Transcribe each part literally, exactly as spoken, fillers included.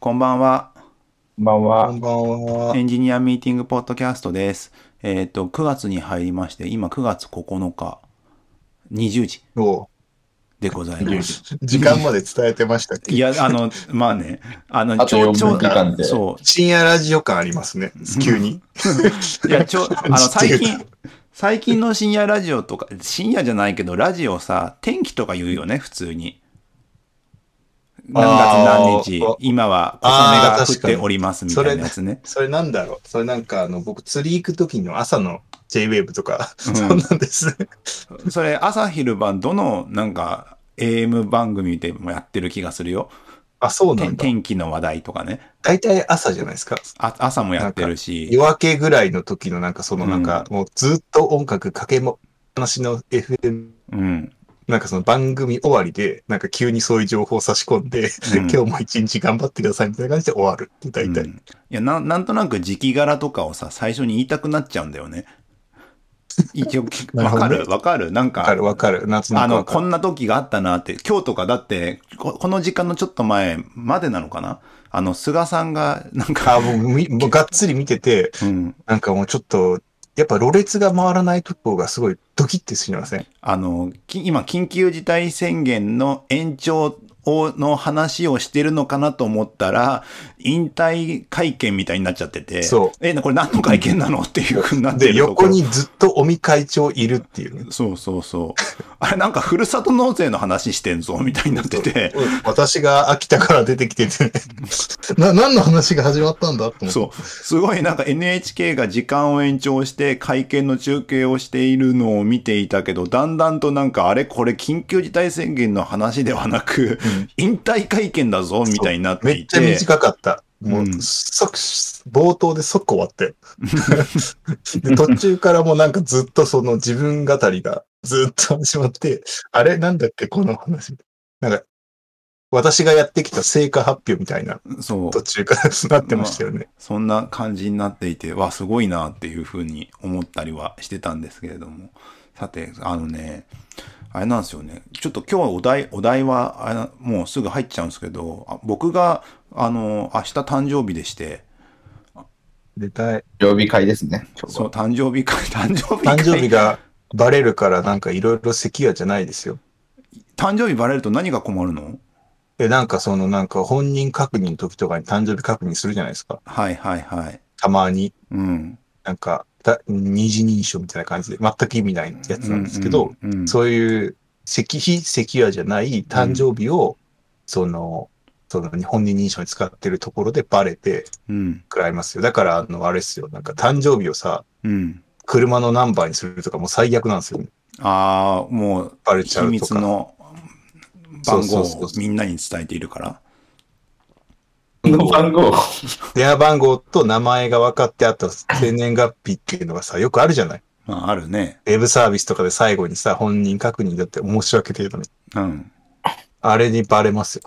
こんばんは。 こんばんこは。 んばんは。 エンジニアミーティングポッドキャストです。えっ、と、くがつに入りまして、今くがつここのか、にじゅうじおでございます。 時間まで伝えてましたっけ？ いや、あの、まあね、あの、 あとよんぶんかんで。 そう。 深夜ラジオ感ありますね。急に。 いや、ちょ、あの、最近、最近の深夜ラジオとか、深夜じゃないけど、ラジオさ、天気とか言うよね、普通に。何月何日、今は小雨が降っておりますみたいなやつね。 それ、それなんだろう。それなんか、あの、僕釣り行く時の朝の ジェイウェーブ とか、うん、そんなんですね。 それ、朝昼晩、どの、なんか、エーエム 番組でもやってる気がするよ。 あ、そうなんだ。 天気の話題とかね。 大体朝じゃないですか。 あ朝もやってるし。 夜明けぐらいの時のなんかそのなんか、うん、もうずっと音楽かけも話の エフエム。 うん。 なんかその番組終わりで、なんか急にそういう情報を差し込んで、うん、今日も一日頑張ってくださいみたいな感じで終わるって大体。うん、いやな、なんとなく時期柄とかをさ、最初に言いたくなっちゃうんだよね。一応、わかるわかるなんか。 わかるわかる。夏のあの、こんな時があったなって、今日とかだってこ、この時間のちょっと前までなのかなあの、菅さんが、なんか。 あ、僕、もうがっつり見てて、うん、なんかもうちょっと、やっぱ、ろれつが回らないとこがすごいドキッてしません？ あの、今、緊急事態宣言の延長の話をしてるのかなと思ったら、引退会見みたいになっちゃってて、 そう。 え、これ何の会見なのっていう風になってるで、横にずっと尾身会長いるっていう、ね。 そうそうそう。あれなんかふるさと納税の話してんぞ、みたいになってて。 私が秋田から出てきてて、な、何の話が始まったんだと思って。 そう。すごいなんか エヌエイチケー が時間を延長して会見の中継をしているのを見ていたけど、だんだんとなんかあれこれ緊急事態宣言の話ではなく、うん、引退会見だぞ、みたいになっていて。 めっちゃ短かった。もう、うん、即、冒頭で即終わって。で、途中からもなんかずっとその自分語りがずっと始まって、あれなんだっけこの話。なんか、私がやってきた成果発表みたいな、そう途中からなってましたよね、まあ。 そんな感じになっていて、わ、すごいなっていうふうに思ったりはしてたんですけれども。さて、あのね、あれなんですよね。ちょっと今日お題、お題は、あもうすぐ入っちゃうんですけど、僕が、あの、明日誕生日でして。 出たい。 誕生日会ですね。 そう、誕生日会、誕生日会。誕生日がバレるからなんかいろいろ関谷じゃないですよ。 誕生日バレると何が困るの？ え、なんかそのなんか本人確認の時とかに誕生日確認するじゃないですか。 はいはいはい。 たまに。 うん。 なんか、二次認証みたいな感じで、全く意味ないやつなんですけど、うんうんうん、そういう石非関谷じゃない誕生日を、うん、その、その本人認証に使ってるところでバレて、くらいますよ。だから、あの、あれですよ。なんか誕生日をさ、うん、車のナンバーにするとかもう最悪なんですよね。 ああ、もう、 バレちゃうとか。 秘密の番号をみんなに伝えているから。 の番号電話番号と名前が分かって、あと生年月日っていうのがさ、よくあるじゃない。 あ、あるね。 ウェブサービスとかで最後にさ、本人確認だって申し訳程度に。うん。あれにバレますよ。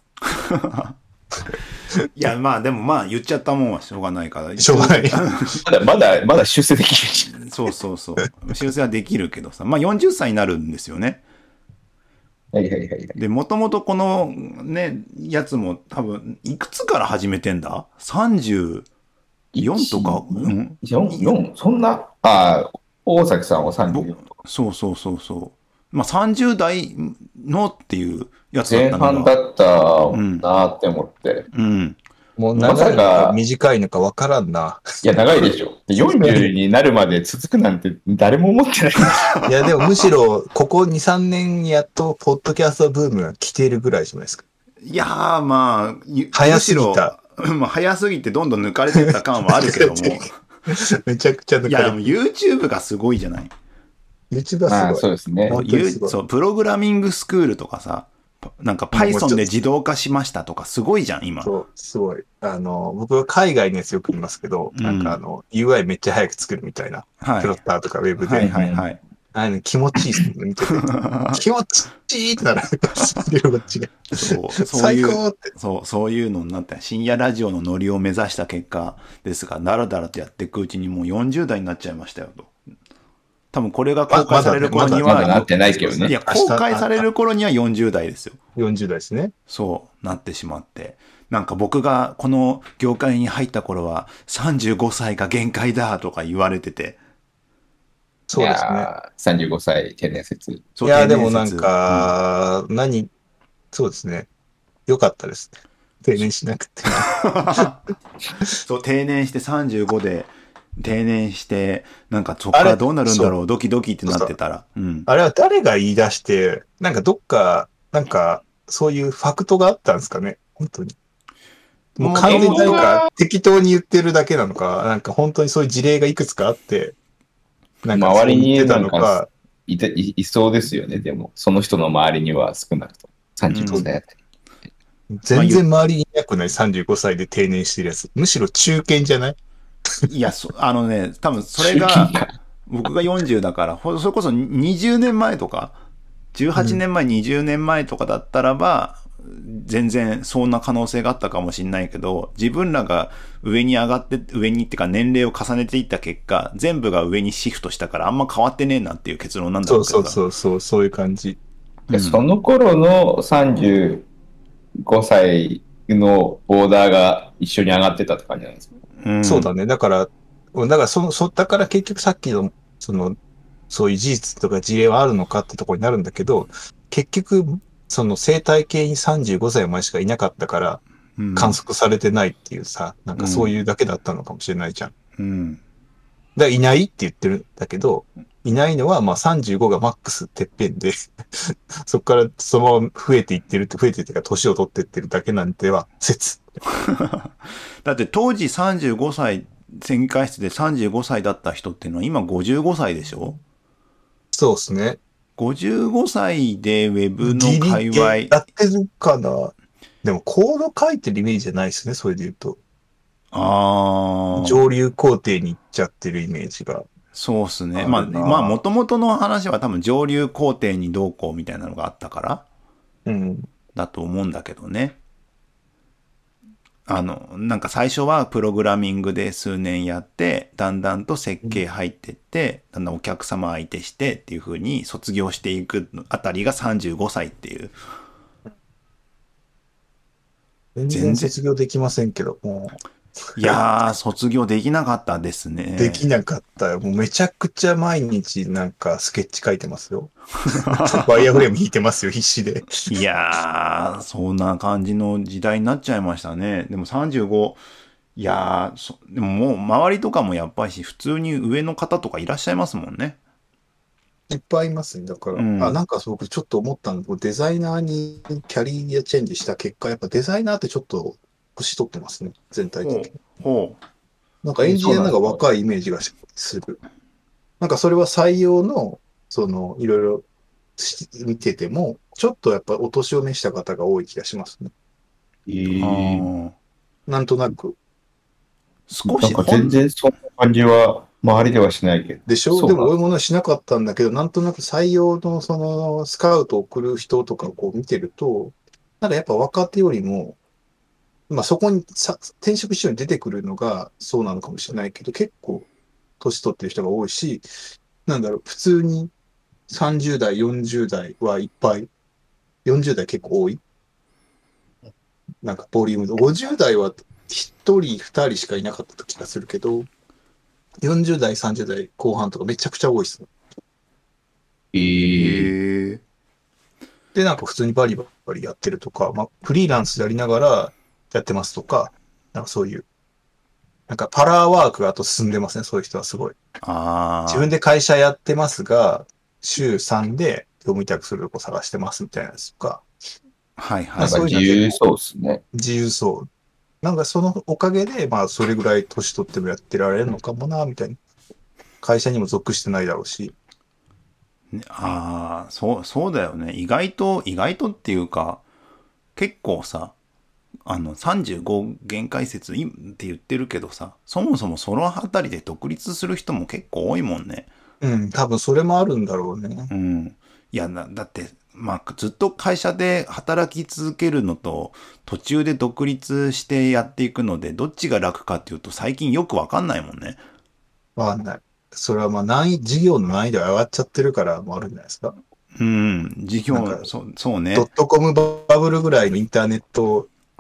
いや、まあでもまあ言っちゃったもんはしょうがないから。 しょうがない。 まだ、まだ、まだ修正できるし。 そうそうそう。修正はできるけどさ。まあよんじゅっさいになるんですよね。 はいはいはいはい。 で、もともとこのね、やつも多分、いくつから始めてんだ ?さんじゅうよん とか、うん、 よん、よん、そんな、ああ、大崎さんはさんじゅうよんとか。 そうそうそうそう。まあさんじゅう代のっていうやつだったのが。 前半だったなーって思って。 うん。うんもう長いのか短いのか分からんな。 いや、長いでしょ。よんじゅうになるまで続くなんて誰も思ってない。 いや、でもむしろ、ここに、さんねんにやっと、ポッドキャストブームが来ているぐらいじゃないですか。 いやー、まあ、 早すぎた。 まあ、早すぎてどんどん抜かれてった感はあるけども。 めちゃくちゃ抜かれてる。いや、 でも YouTube がすごいじゃない。 YouTube はすごい。 そうですね。 そう、プログラミングスクールとかさ、なんか Python で自動化しましたとかすごいじゃん、今。 そう、すごい。あの、僕は海外のやつよく見ますけど、うん、なんかあの、ユーアイ めっちゃ早く作るみたいな。はい、プロッターとかウェブで。 はいはいはい。 ああいうの気持ちいいっすね、見てて。気持ちいいってなる。両こっちが。 そう、そういう、最高って。そう、そういうのになって、深夜ラジオのノリを目指した結果ですが、だらだらとやっていくうちにもうよんじゅう代になっちゃいましたよと。多分これが公開される頃には、 まだなってないけどね。 いや、公開される頃にはよんじゅう代ですよ。 よんじゅう代ですね。 そう、なってしまって。 なんか僕がこの業界に入った頃はさんじゅうごさいが限界だとか言われてて。 そうですね。 さんじゅうごさい定年説。いや、でもなんか、うん、何、そうですね。よかったですね。定年しなくて。 そう、定年してさんじゅうごで、定年して、なんかそっからどうなるんだろう、ドキドキってなってたら。 うん、あれは誰が言い出して、なんかどっか、なんか、そういうファクトがあったんですかね、本当に。もう完全になんか適当に言ってるだけなのか、なんか本当にそういう事例がいくつかあって、 なんか周りになんかいていいそうですよね、でも、その人の周りには少なくともさんじゅうごさいあたり。 うん、全然周りにいなくないさんじゅうごさいで定年してるやつ。むしろ中堅じゃない？ いや、そ、あのね、多分それが、僕がよんじゅうだから、それこそにじゅうねんまえとか、じゅうはちねんまえ、うん、にじゅうねんまえとかだったらば、全然そんな可能性があったかもしれないけど、自分らが上に上がって、上にってか年齢を重ねていった結果、全部が上にシフトしたからあんま変わってねえなっていう結論なんだろうけど。 そうそうそうそう、そういう感じ。 うん、その頃のさんじゅうごさいのボーダーが一緒に上がってたって感じなんですか？ うん、そうだね。だから、だからその、そ、だから結局さっきの、その、そういう事実とか事例はあるのかってところになるんだけど、結局、その生態系にさんじゅうごさいまでしかいなかったから、観測されてないっていうさ、うん、なんかそういうだけだったのかもしれないじゃん。うん。だからいないって言ってるんだけど、いないのはまあさんじゅうごがマックスてっぺんで、そこからそのまま増えていってるって、増えていってるか年を取っていってるだけなんては説。 だって当時さんじゅうごさい、宣会室でさんじゅうごさいだった人っていうのは今ごじゅうごさいでしょ？ そうですね。 ごじゅうごさいでウェブの界隈。 やってるかな。でもコード書いてるイメージじゃないですね、それで言うと。ああ。上流工程に行っちゃってるイメージが。 そうですね。まあ、まあ、もともとの話は多分上流工程にどうこうみたいなのがあったから。うん。だと思うんだけどね。あの、なんか最初はプログラミングで数年やって、だんだんと設計入ってって、だんだんお客様相手してっていう風に卒業していくあたりがさんじゅうごさいっていう。 全然卒業できませんけど、もう。 いやー、卒業できなかったですね。 できなかったよ。もうめちゃくちゃ毎日なんかスケッチ書いてますよ。ワイヤーフレーム引いてますよ、必死で。 いやー、そんな感じの時代になっちゃいましたね。でもさんじゅうご、いやー、でももう周りとかもやっぱりし、普通に上の方とかいらっしゃいますもんね。 いっぱいいますね。だから、うん、あ、なんか僕ちょっと思ったの、デザイナーにキャリアチェンジした結果、やっぱデザイナーってちょっと年取ってますね。全体的に。ほう。なんかエンジニアなんか若いイメージがする。なんかそれは採用の、その、いろいろ見てても、ちょっとやっぱお年を召した方が多い気がしますね。えー、なんとなく。 少し。なんか全然そんな感じは周りではしないけど。 でしょ？でも俺もしなかったんだけど、なんとなく採用のそのスカウトを送る人とかをこう見てると、なんかやっぱ若手よりも、まあそこにさ転職市場に出てくるのがそうなのかもしれないけど、結構年取ってる人が多いし、なんだろう、普通にさんじゅう代、よんじゅう代はいっぱい。よんじゅう代結構多い。なんかボリュームで。ごじゅう代はひとり、ふたりしかいなかった気がするけど、よんじゅう代、さんじゅう代後半とかめちゃくちゃ多いっすね。 えー、 で、なんか普通にバリバリやってるとか、まあ、フリーランスやりながらやってますとか、なんかそういう、なんかパラーワークがあと進んでますね、そういう人はすごい。あ自分で会社やってますが、週さんで業務委託するとこ探してますみたいなやつとか。 はいはい。 なんか自由そうですね。 自由そう。なんかそのおかげで、まあそれぐらい年取ってもやってられるのかもな、みたいな。会社にも属してないだろうし。 ああ、そう、そうだよね。意外と、意外とっていうか、結構さ、あの、さんじゅうご限界説って言ってるけどさ、そもそもそのあたりで独立する人も結構多いもんね。 うん、多分それもあるんだろうね。 うん。いや、だって、まあ、ずっと会社で働き続けるのと、途中で独立してやっていくので、どっちが楽かっていうと、最近よくわかんないもんね。 わかんない。それはまあ難易、事業の難易度が上がっちゃってるからもあるんじゃないですか。 うん、事業、そう、そうね。 ドットコムバブルぐらいのインターネット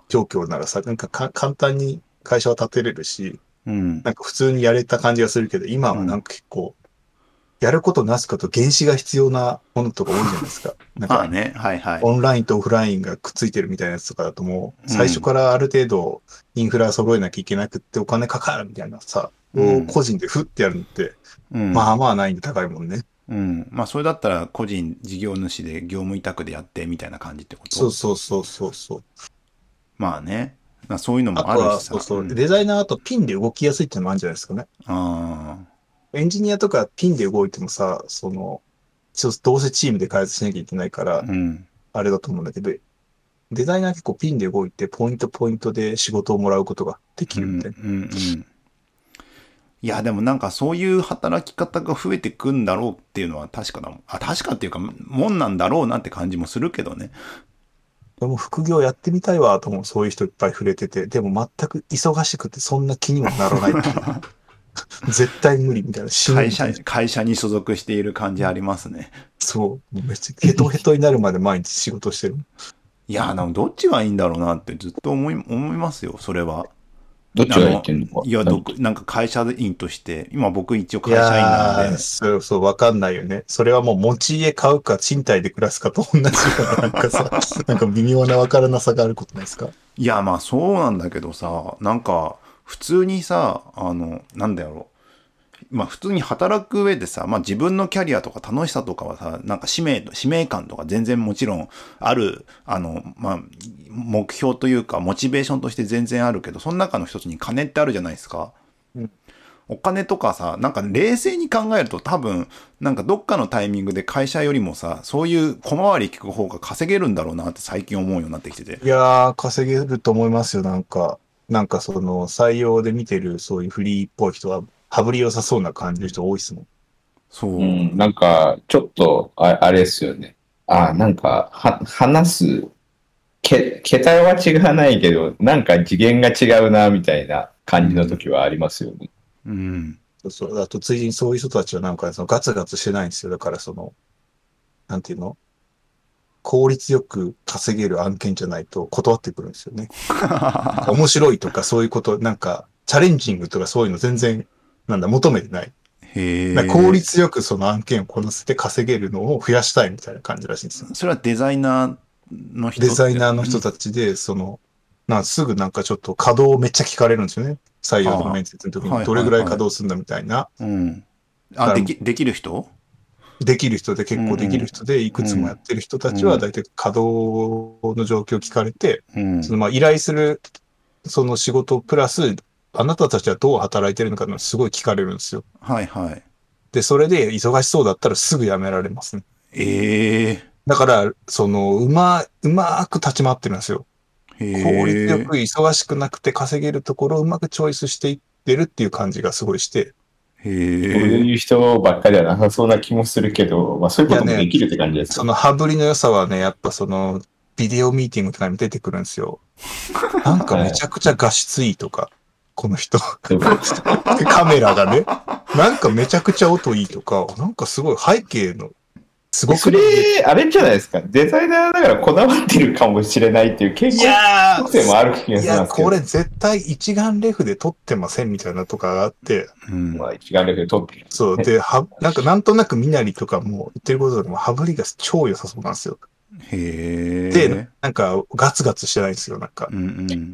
状況ならさ、なんかか簡単に会社は立てれるし、 うん。 なんか普通にやれた感じがするけど、今はなんか結構、やることなすこと原資が必要なものとか多いじゃないですか。なんか、 まあね、はいはい。 オンラインとオフラインがくっついてるみたいなやつとかだともう、 うん最初からある程度インフラ揃えなきゃいけなくってお金かかるみたいなさ、 うんを個人でフッてやるのって、 うん。 まあまあ難易度高いもんね。 うん。まあ、それだったら個人事業主で業務委託でやってみたいな感じってことそうそうそうそうそう。 まあね。まあ、そういうのもああとは、 るしさ。 そうそう、 うん、 デザイナーだとピンで動きやすいっていうのもあるんじゃないですかね。 ああ。 エンジニアとかピンで動いてもさ、その、そうどうせチームで開発しなきゃいけないから、 うん。 あれだと思うんだけど、デザイナー結構ピンで動いて、ポイントポイントで仕事をもらうことがでうん。 きるみたいな。 うん。うん。いや、でもなんかそういう働き方が増えてくんだろうっていうのは確かだもん。あ、確かっていうか、もんなんだろうなって感じもするけどね。 でも副業やってみたいわと思う。そういう人いっぱい触れてて。でも全く忙しくてそんな気にもならないっていう。絶対無理みたいな。死ぬ会社、 みたいな。 会社に所属している感じありますね。 そう。めっちゃヘトヘトになるまで毎日仕事してる。 いや、でもどっちがいいんだろうなってずっと思い、思いますよ、それは。 どっちが言ってんのか。 いや、どなんか会社員として、今僕一応会社員なんで。 そうそう、わかんないよね。それはもう持ち家買うか賃貸で暮らすかと同じような、なんかさ、なんか微妙なわからなさがあることないですか？ いや、まあそうなんだけどさ、なんか普通にさ、あの、なんだろう。まあ普通に働く上でさ、まあ自分のキャリアとか楽しさとかはさ、なんか使命、使命感とか全然もちろんある、あの、まあ、目標というかモチベーションとして全然あるけど、その中の一つに金ってあるじゃないですか。 うん、 お金とかさ、なんか冷静に考えると多分、なんかどっかのタイミングで会社よりもさ、そういう小回り聞く方が稼げるんだろうなって最近思うようになってきてて。 いやー、稼げると思いますよ、なんか。なんかその、採用で見てるそういうフリーっぽい人は、羽振り良さそうな感じの人多いですもん。 そう。 うん、なんか、ちょっと、ああれですよね。あ、なんか、は、話す、け、桁は違わないけど、なんか次元が違うな、みたいな感じの時はありますよね。 うん。 そうそう。あと、ついにそういう人たちはなんか、そのガツガツしてないんですよ。だからその、なんていうの効率よく稼げる案件じゃないと断ってくるんですよね。面白いとかそういうこと、なんか、チャレンジングとかそういうの全然、なんだ、求めてない。 へえ。 効率よくその案件をこなせて稼げるのを増やしたいみたいな感じらしいんですよ。 それはデザイナーの人デザイナーの人たちで、その、なんすぐなんかちょっと稼働めっちゃ聞かれるんですよね。採用とか面接の時にどれぐらい稼働するんだみたいな。 うん。あ、でき、できる人できる人で結構できる人でいくつもやってる人たちは大体稼働の状況を聞かれて、 うん、 そのまあ依頼するその仕事プラス、あなたたちはどう働いてるのかのすごい聞かれるんですよ。 はいはい。 で、それで忙しそうだったらすぐ辞められますね。 ええだから、その、うま、うまく立ち回ってるんですよ。 ー。 効率よへく忙しくなくて稼げるところをうまくチョイスしていってるっていう感じがすごいして。 え。へそうえ。 いう人ばっかりはなさそうな気もするけど、まあそういうこともできるって感じですか、 その羽振りの良さはね、やっぱその、ビデオミーティングとかにも出てくるんですよ。なんかめちゃくちゃ画質いいとか、この人。カメラがね、なんかめちゃくちゃ音いいとか、なんかすごい背景の、すごくそれ、あれじゃないですか。デザイナーだからこだわってるかもしれないっていう傾向性もある気がしますけど。いや、 これ絶対一眼レフで撮ってませんみたいなとかがあって、 うん、 まあ一眼レフで撮ってる、ね。 そう。で、は、なんかなんとなく身なりとかも言ってることとかも羽振りが超良さそうなんですよ。 へえ。 で、なんかガツガツしてないんですよ、なんか。 うんうん、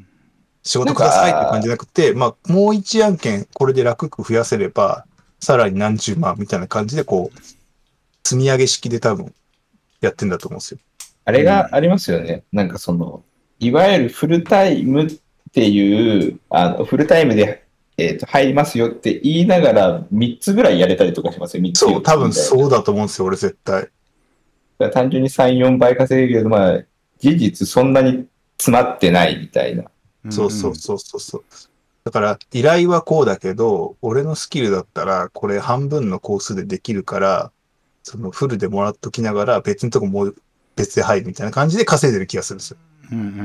仕事くださいって感じじゃなくて、まあ、もう一案件これで楽く増やせれば、さらに何十万みたいな感じでこう、積み上げ式で多分やってんだと思うんですよ。 あれがありますよね。うん、なんかその、いわゆるフルタイムっていう、あのフルタイムで、えーと、入りますよって言いながらみっつぐらいやれたりとかしますよ。みっつそう、多分そうだと思うんですよ、俺絶対。 単純にさん、よんばい稼げるけど、まあ、事実そんなに詰まってないみたいな。 そうそうそうそうそう。だから、依頼はこうだけど、俺のスキルだったら、これ半分のコースでできるから、そのフルでもらっときながら、別のとこもう別で入るみたいな感じで稼いでる気がするんですよ。 うんうんうん、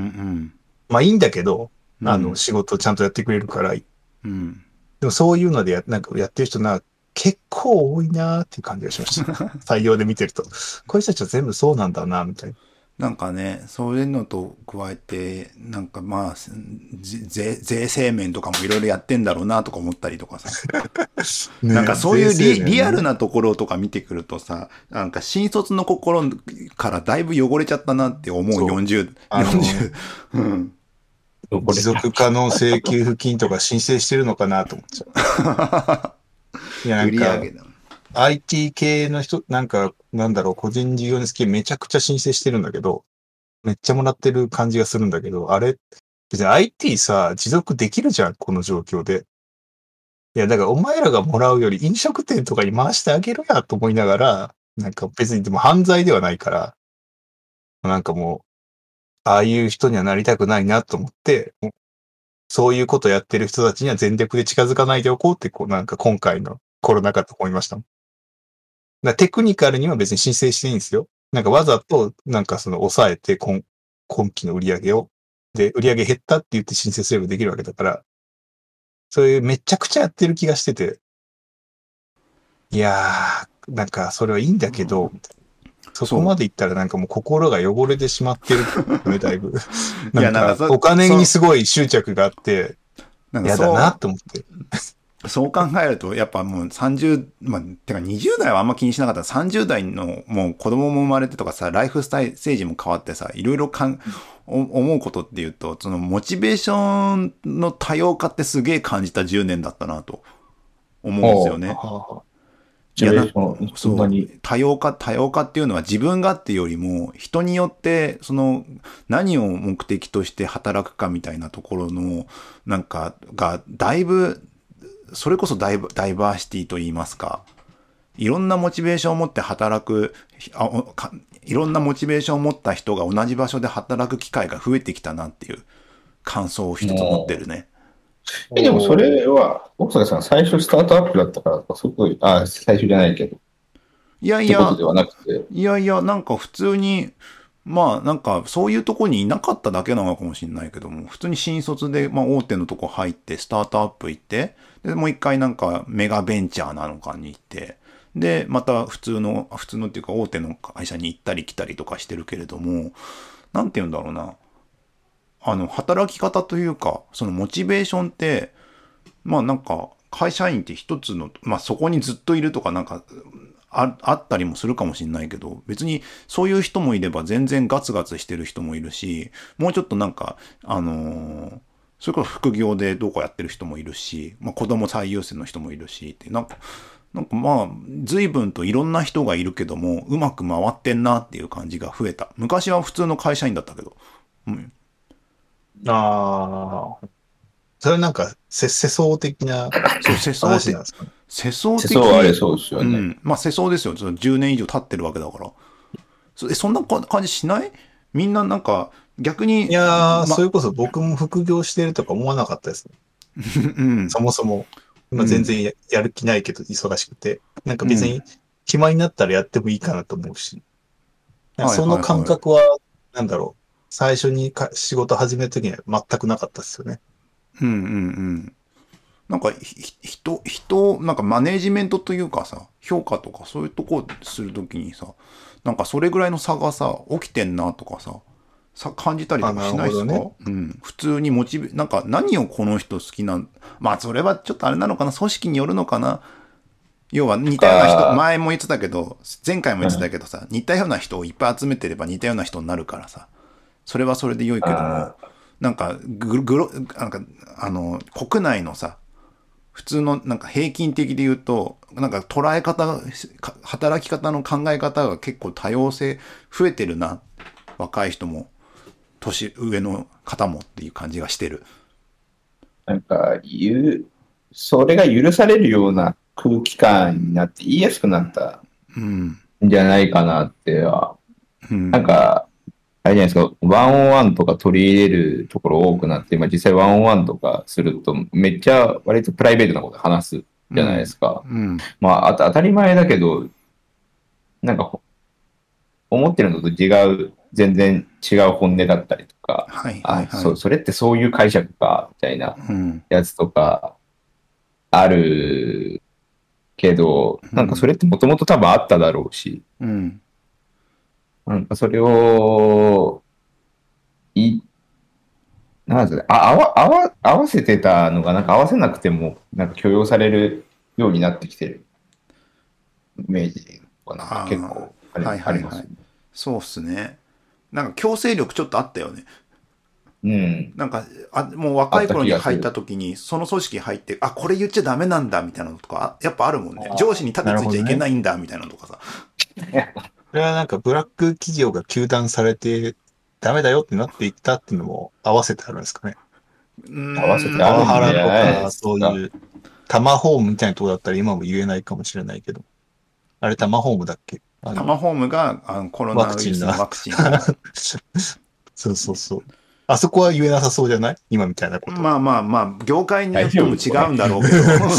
まあいいんだけど、 うん、 あの、仕事ちゃんとやってくれるから、 うん、 でもそういうのでや、なんかやってる人な、結構多いなーっていう感じがしました。採用で見てると。こういう人たちは全部そうなんだな、みたいな。 なんかね、そういうのと加えて、なんかまあ、税、税制面とかもいろいろやってんだろうなとか思ったりとかさ。 ね、 なんかそういうリ、 ね、 リアルなところとか見てくるとさ、なんか新卒の心からだいぶ汚れちゃったなって思うよんじゅう、 あのよんじゅう、うん。 持続可能性給付金とか申請してるのかなと思っちゃう。いや、なんか、アイティー 系の人、なんか、なんだろう、個人事業主系めちゃくちゃ申請してるんだけど、めっちゃもらってる感じがするんだけど、あれ、別に アイティー さ、持続できるじゃん、この状況で。いや、だからお前らがもらうより飲食店とかに回してあげるやと思いながら、なんか別にでも犯罪ではないから、なんかもう、ああいう人にはなりたくないなと思って、そういうことやってる人たちには全力で近づかないでおこうって、こうなんか今回のコロナ禍と思いましたもん。だテクニカルには別に申請していいんですよ。なんかわざと、なんかその抑えて今、今期の売り上げを、で、売り上げ減ったって言って申請すればできるわけだから、そういうめちゃくちゃやってる気がしてて、いやー、なんかそれはいいんだけど、そこまでいったらなんかもう心が汚れてしまってるね、だいぶ。なんかお金にすごい執着があって、嫌だなと思って。 そう考えると、やっぱもうさんじゅう、まあ、てかにじゅう代はあんま気にしなかったらさんじゅう代のもう子供も生まれてとかさ、ライフスタイル、ステージも変わってさ、いろいろかん、思うことっていうと、そのモチベーションの多様化ってすげえ感じたじゅうねんだったなと思うんですよね。いや、なんか、そう、多様化、多様化っていうのは自分がっていうよりも、人によって、その、何を目的として働くかみたいなところの、なんか、が、だいぶ、それこそダイバーシティと言いますか、いろんなモチベーションを持って働く、あかいろんなモチベーションを持った人が同じ場所で働く機会が増えてきたなっていう感想を一つ持ってるね。 え、でもそれは、奥坂さん最初スタートアップだったから、すごい、あ、最初じゃないけど。 いやいや、 ってことではなくて。 いやいや、なんか普通に、まあなんかそういうとこにいなかっただけなのかもしれないけども、普通に新卒で、まあ大手のとこ入って、スタートアップ行って、で、もう一回なんかメガベンチャーなのかに行って、で、また普通の、普通のっていうか大手の会社に行ったり来たりとかしてるけれども、なんて言うんだろうな。あの、働き方というか、そのモチベーションって、まあなんか、会社員って一つの、まあそこにずっといるとかなんか、あ, あったりもするかもしれないけど、別にそういう人もいれば全然ガツガツしてる人もいるし、もうちょっとなんか、あのー、それこそ副業でどうこうやってる人もいるし、まあ子供最優先の人もいるし、ってなんか、なんかまあ、随分といろんな人がいるけども、うまく回ってんなっていう感じが増えた。昔は普通の会社員だったけど。うん、 ああ。それなんか、世相的な話なんですかね。 世相的。 世相はあれそうですよね。 うん。まあ世相ですよ。じゅうねん以上経ってるわけだから。そ, そんな感じしない？みんななんか、逆に。 いやー、ま、それこそ僕も副業してるとか思わなかったですね。うん、そもそも。まあ、全然 や,、うん、やる気ないけど忙しくて。なんか別に暇になったらやってもいいかなと思うし。うん、その感覚は、なんだろう。最初にか仕事始めるときには全くなかったですよね。 うんうんうん。なんか、人、人、なんかマネージメントというかさ、評価とかそういうとこするときにさ、なんかそれぐらいの差がさ、起きてんなとかさ、さ感じたりとかしないですか？ね、うん。普通にモチベ、なんか何をこの人好きな、まあそれはちょっとあれなのかな、組織によるのかな。要は似たような人、前も言ってたけど、前回も言ってたけどさ、似たような人をいっぱい集めてれば似たような人になるからさ、それはそれで良いけども、なんか、ぐぐろ、なんか、あの、国内のさ、普通のなんか平均的で言うと、なんか捉え方、働き方の考え方が結構多様性増えてるな。若い人も、年上の方もっていう感じがしてる。 なんか、言う、それが許されるような空気感になって言いやすくなったんじゃないかなっては、うん、なんか、あれじゃないですか、ワンオンワンとか取り入れるところ多くなって、まあ、実際ワンオンワンとかすると、めっちゃ割とプライベートなこと話すじゃないですか。うんうん、まあ、あと当たり前だけど、なんか、思ってるのと違う、全然違う本音だったりとか、はいはいはい、あ、そ、それってそういう解釈か、みたいなやつとか、あるけど、うん、なんかそれってもともと多分あっただろうし、 うんなんかそれを、い、なんですかね、あ、合わ、合わ、合わせてたのが、なんか合わせなくても、なんか許容されるようになってきてるイメージがなんか結あ構ああ、 り、 はいはいはい。 ありますよね。 そうっすね。なんか強制力ちょっとあったよね。 うん。 なんか、あ、もう若いあった頃に入った気がする。 時に、その組織入って、あ、これ言っちゃダメなんだ、みたいなのとか、やっぱあるもんね。上司にああ、 盾ついちゃいけなるほどね。 ないんだ、みたいなのとかさ。 それはなんかブラック企業が糾弾されてダメだよってなっていったっていうのも合わせてあるんですかね。 うー合わせてん、 あるパワハラんじゃないでとか、 すか。 そういうタマホームみたいなとこだったら今も言えないかもしれないけど。あれタマホームだっけあの、 タマホームがあのコロワナウイルスクチンの。 のワクチンを、 そうそうそう。あそこは言えなさそうじゃない今みたいなこと。 まあまあまあ、業界によ大っても違丈夫これ。 うんだろうけど、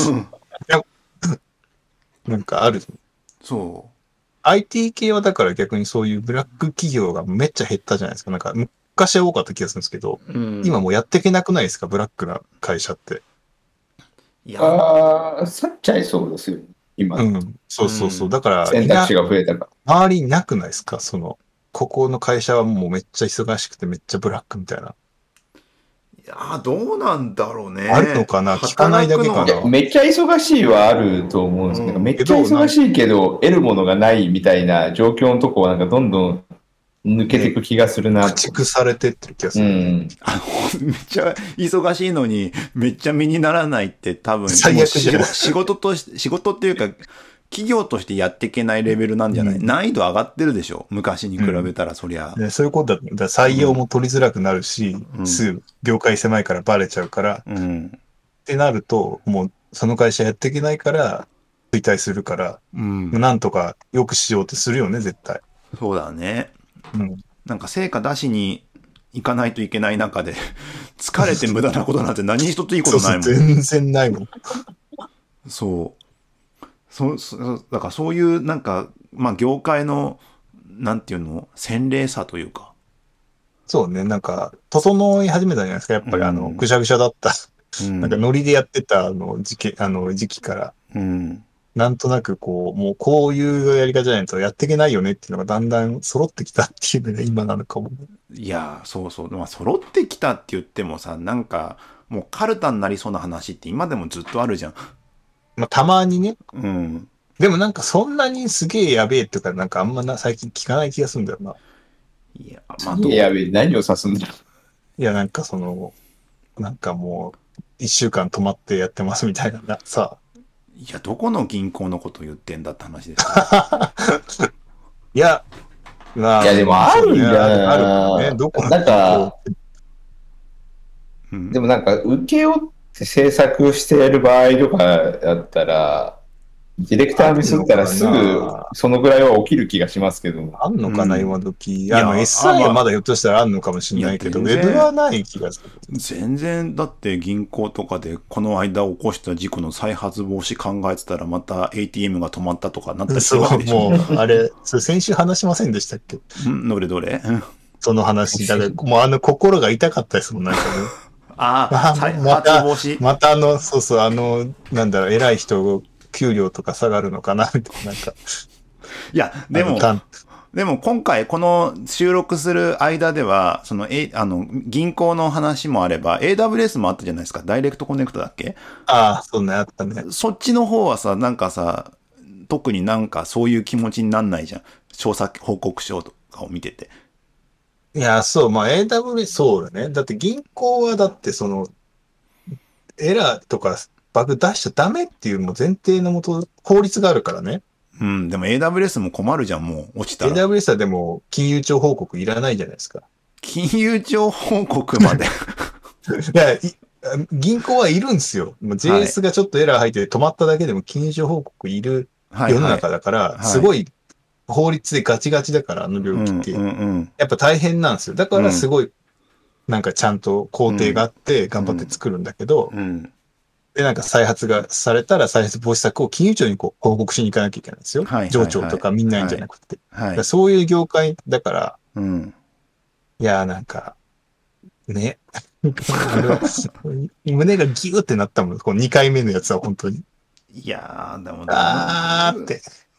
なんかある。 そアイティー 系はだから逆にそういうブラック企業がめっちゃ減ったじゃないですか。なんか昔は多かった気がするんですけど、 う。うん。 今もうやっていけなくないですかブラックな会社って。 いや、 ああ、去っちゃいそうですよ。今うのん。そうそうそう。 うんだから、いな、 選択肢が増えたか周りになくないですかその、ここの会社はもうめっちゃ忙しくてめっちゃブラックみたいな。 いや、どうなんだろうあるのね。 かな聞かないだけから。いなや、めっちゃ忙しいはあると思うんですけど、 うんめっちゃ忙しいけど、得るものがないみたいな状況のとこはなんかどんどん抜けていく気がするな駆と。 逐されてってる気がすうるよね。 ん。 あの、めっちゃ忙しいのに、めっちゃ身にならないって多分、 最悪じゃんもう仕仕事として、仕事っていうか、企業としてやっていけないレベルなんじゃない、 うん難易度上がってるでしょ昔に比べたら、そりゃ。 ね、そういうことだ。だから採用も取りづらくなるし、 うんすぐ業界狭いからバレちゃうから、 うん。 ってなると、もうその会社やっていけないから、衰退するから、 うん。 なんとか良くしようってするよね、絶対。 そうだね。 うん。 なんか成果出しに行かないといけない中で、疲れて無駄なことなんて何一ついいことないもん。 そうそう全然ないもん。 そう。そう、そうだからそういうなんか、まあ業界の、なんていうの、洗礼さというか。 そうね、なんか、整い始めたじゃないですか。やっぱりあの、 うんぐしゃぐしゃだった。 うん。 なんかノリでやってたあの時期、あの時期から、 うん。 なんとなくこう、もうこういうやり方じゃないとやっていけないよねっていうのがだんだん揃ってきたっていうのが今なのかも。 いや、そうそう。まあ、揃ってきたって言ってもさ、なんか、もうカルタになりそうな話って今でもずっとあるじゃん。 まあたまにね。 うん。 でもなんかそんなにすげえやべえとかなんかあんまな最近聞かない気がするんだよな。 いや、まあ、どういや、やべえ、何を指すんだろいやなんかその、なんかもう、一週間止まってやってますみたいなさ。 いや、どこの銀行のこと言ってんだって話ですよ。 いや、まあ、 いやでもあるんじゃないそうねあるあるね。どこのなんか、 うんでもなんか、請け負って制作してやる場合とかだったら、ディレクターミスったらすぐそのぐらいは起きる気がしますけど。 あんのかな、 うん今時。 やあの、エスアイあまあはまだひょっとしたらあんのかもしれないけど、ウいや全然ェブはない気がする。 全然、だって銀行とかでこの間起こした事故の再発防止考えてたらまた エーティーエム が止まったとかなったりすそう、 るわけでしょ。 もう、あれ、それ先週話しませんでしたっけんどれどれうんその話。だから、もうあの心が痛かったですもん、なんかね。 ああ、 あ再また発防止。 またあの、そうそう、あの、なんだろう、偉い人、給料とか下がるのかなみたいな、なんか。 いや、でもあの、たんでも今回この収録する間では、その、え、あの、銀行の話もあれば、エーダブリューエス もあったじゃないですか。ダイレクトコネクトだっけああ、そうね、あったね。 そっちの方はさ、なんかさ、特になんかそういう気持ちになんないじゃん。調査報告書とかを見てて。 いや、そう、まあ エーダブリューエス、そうだね。だって銀行はだってその、エラーとかバグ出しちゃダメっていうもう前提のもと、法律があるからね。 うん、でも エーダブリューエス も困るじゃん、もう落ちたら。 エーダブリューエス はでも金融庁報告いらないじゃないですか。 金融庁報告まで。 いや、い銀行はいるんですよ。もう ジェイエス がちょっとエラー入って止まっただけでも金融庁報告いるはい、 世のはい。 中だから、 はいすごい法律でガチガチだから、あの領うん、 域って。 うん、うん。 やっぱ大変なんですよ。だからすごい、なんかちゃんと工程があって頑張って作るんだけど、 うん。 で、なんか再発がされたら再発防止策を金融庁にこう報告しに行かなきゃいけないんですよ。 はいはいはい上長とかみんなじゃなくて。 はいだから。そういう業界だから、 うん。 いやーなんか、ね。あれは胸がギューってなったもん。このにかいめのやつは本当に。 いやー、でも、 あーって。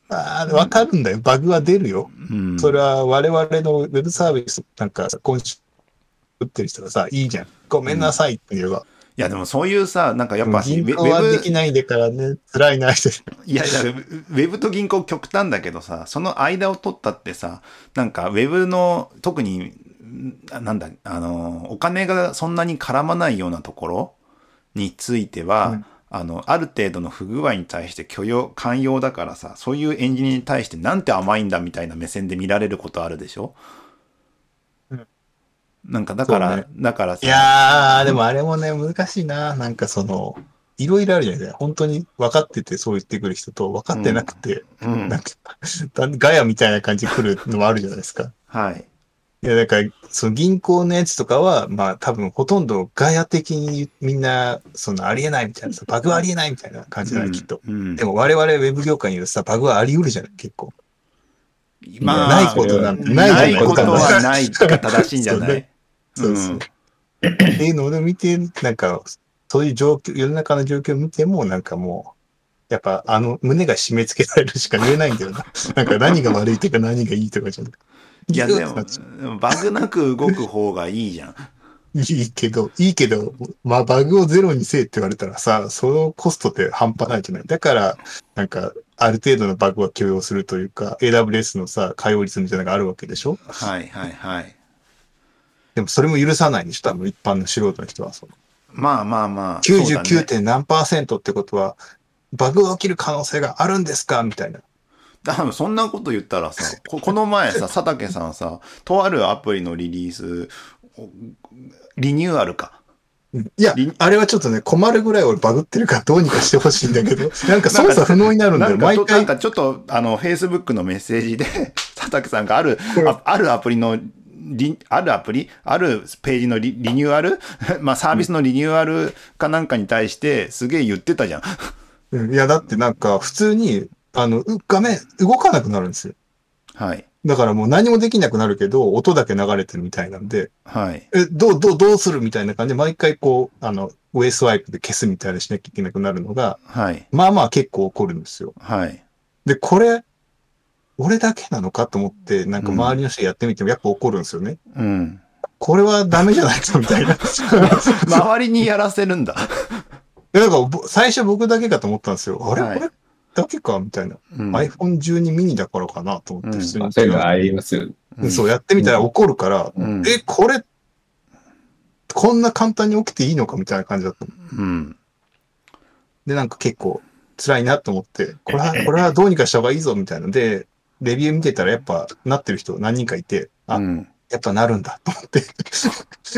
ああ、わかるんだよ。バグは出るよ。 うん、 それは我々のウェブサービスなんか今週打ってる人がさ、いいじゃん。ごめんなさいって言えば。うん、 いやでもそういうさ、なんかやっぱ銀行はできないでからね、辛いな。 いやいや、ウェブと銀行極端だけどさ、その間を取ったってさ、なんかウェブの特に、なんだ、あの、お金がそんなに絡まないようなところについては、うん、あの、ある程度の不具合に対して許容、寛容だからさ、そういうエンジニアに対してなんて甘いんだみたいな目線で見られることあるでしょ？うん、なんかだから、ね、だからさ。 いやー、でもあれもね、難しいな。なんかその、いろいろあるじゃないですか。本当に分かっててそう言ってくる人と、分かってなくて、うん、なんか、ガヤみたいな感じで来るのもあるじゃないですか。 はい。 いや、だから、その銀行のやつとかは、まあ多分ほとんどガヤ的にみんな、そのありえないみたいな、バグはありえないみたいな感じだね、うん、きっと、うん。でも我々ウェブ業界にいるさ、バグはあり得るじゃない、結構。まあ、ないことなんてないじゃない。 ないことはないが正しいんじゃない。 そうそう。っていうのを見て、なんか、そういう状況、世の中の状況を見ても、なんかもう、やっぱあの、胸が締め付けられるしか言えないんだよな。なんか何が悪いとか何がいいとかじゃなくて。 いやでも、バグなく動く方がいいじゃん。 いいけど、いいけど、まあバグをゼロにせえって言われたらさ、そのコストって半端ないじゃない。だから、なんか、ある程度のバグは許容するというか、エーダブリューエス のさ、対応率みたいなのがあるわけでしょ？ はいはいはい。 でもそれも許さないにし多分一般の素人の人はその。 まあまあまあ。 きゅうじゅうきゅうてん 何パーセントってことは、バグが起きる可能性があるんですかみたいな。 だからそんなこと言ったらさ、こ, この前さ、佐竹さんさ、とあるアプリのリリース、リニューアルか。 いや、あれはちょっとね、困るぐらい俺バグってるからどうにかしてほしいんだけど、なんか操作不能になるんだよ、毎回。 なんかちょっと、あの、Facebook のメッセージで、佐竹さんがある、あ, あるアプリの、あるアプリあるページの リ, リニューアルまあサービスのリニューアルかなんかに対してすげえ言ってたじゃん。 うん、いや、だってなんか普通に、あの、画面動かなくなるんですよ。 はい。 だからもう何もできなくなるけど、音だけ流れてるみたいなんで、 はい。 え、どう、どう、どうするみたいな感じで、毎回こう、あの、ウェイスワイプで消すみたいなしなきゃいけなくなるのが、 はい。 まあまあ結構起こるんですよ。 はい。 で、これ、俺だけなのかと思って、なんか周りの人やってみてもやっぱ起こるんですよね。 うん。 これはダメじゃないかみたいな。 周りにやらせるんだ。 いや、なんか最初僕だけかと思ったんですよ。あれ、はい、これだけかみたいな。うん、アイフォンじゅうに ミニだからかなと思って普通に、 うん。そういうのありますよ、 うん。そう、やってみたら起こるから、うん、え、これ、こんな簡単に起きていいのかみたいな感じだった。うん。で、なんか結構辛いなと思って、これは、これはどうにかした方がいいぞみたいなので、レビュー見てたらやっぱなってる人何人かいて、あ、うん、やっぱなるんだと思って。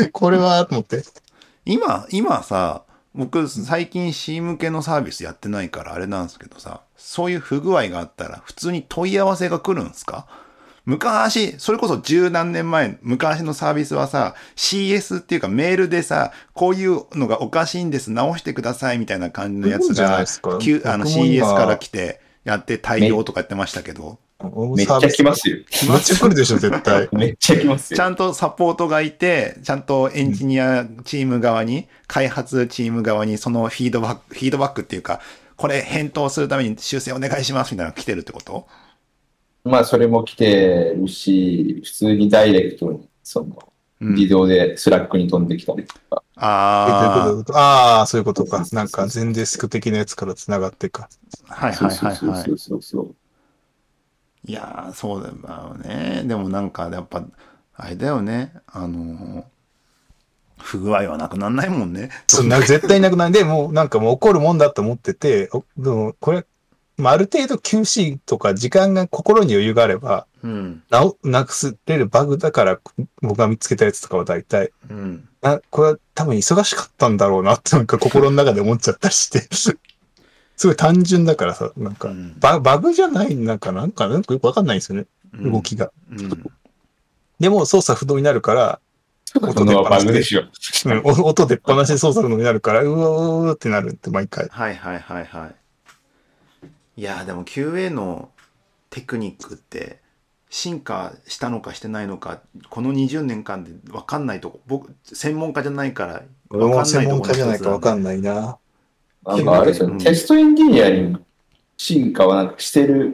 これはと思って。 今、今さ、僕最近 C 向けのサービスやってないからあれなんですけどさ、そういう不具合があったら普通に問い合わせが来るんですか？昔、それこそ十何年前、昔のサービスはさ、シーエス っていうかメールでさ、こういうのがおかしいんです、直してくださいみたいな感じのやつが、あの シーエス から来てやって対応とかやってましたけど。 めっちゃ来ますよ。 めっちゃ来るでしょ、絶対。 めっちゃ来ますよ。 ちゃんとサポートがいて、ちゃんとエンジニアチーム側に、開発チーム側にそのフィードバック、フィードバックっていうか、これ返答するために修正お願いしますみたいなのが来てるってこと？ まあ、それも来てるし、普通にダイレクトに、その、自動でスラックに飛んできたりとか。 うん、ああ。ああ、そういうことか。なんか、全デスク的なやつから繋がってか。 はいはいはいはい。 そうそうそう。 いやー、そうだよね。でもなんか、やっぱ、あれだよね。あの、不具合はなくならないもんね。 そうな絶対なくなる。でも、なんかもう起こるもんだと思ってて、でもこれ、まあ、ある程度 キューシー とか時間が心に余裕があれば、うん、ななくすれるバグだから僕が見つけたやつとかは大体、うん、あこれは多分忙しかったんだろうなってなんか心の中で思っちゃったりしてすごい単純だからさ、なんか、うん、バ, バグじゃないなんかなんかなんかよくわかんないんですよね、うん、動きが、うん、でも操作不能になるから音出っ放しでしょ、 うん、音出っ放しで操作不能になるからうおーってなるって毎回。 はいはいはいはい。いやでも キューエー のテクニックって進化したのかしてないのかこのにじゅうねんかんで分かんないとこ、僕専門家じゃないから分かんないところ、専門家じゃないか分かんないな。 なんかあれですよね、うん、テストエンジニアリング進化はなんかしてる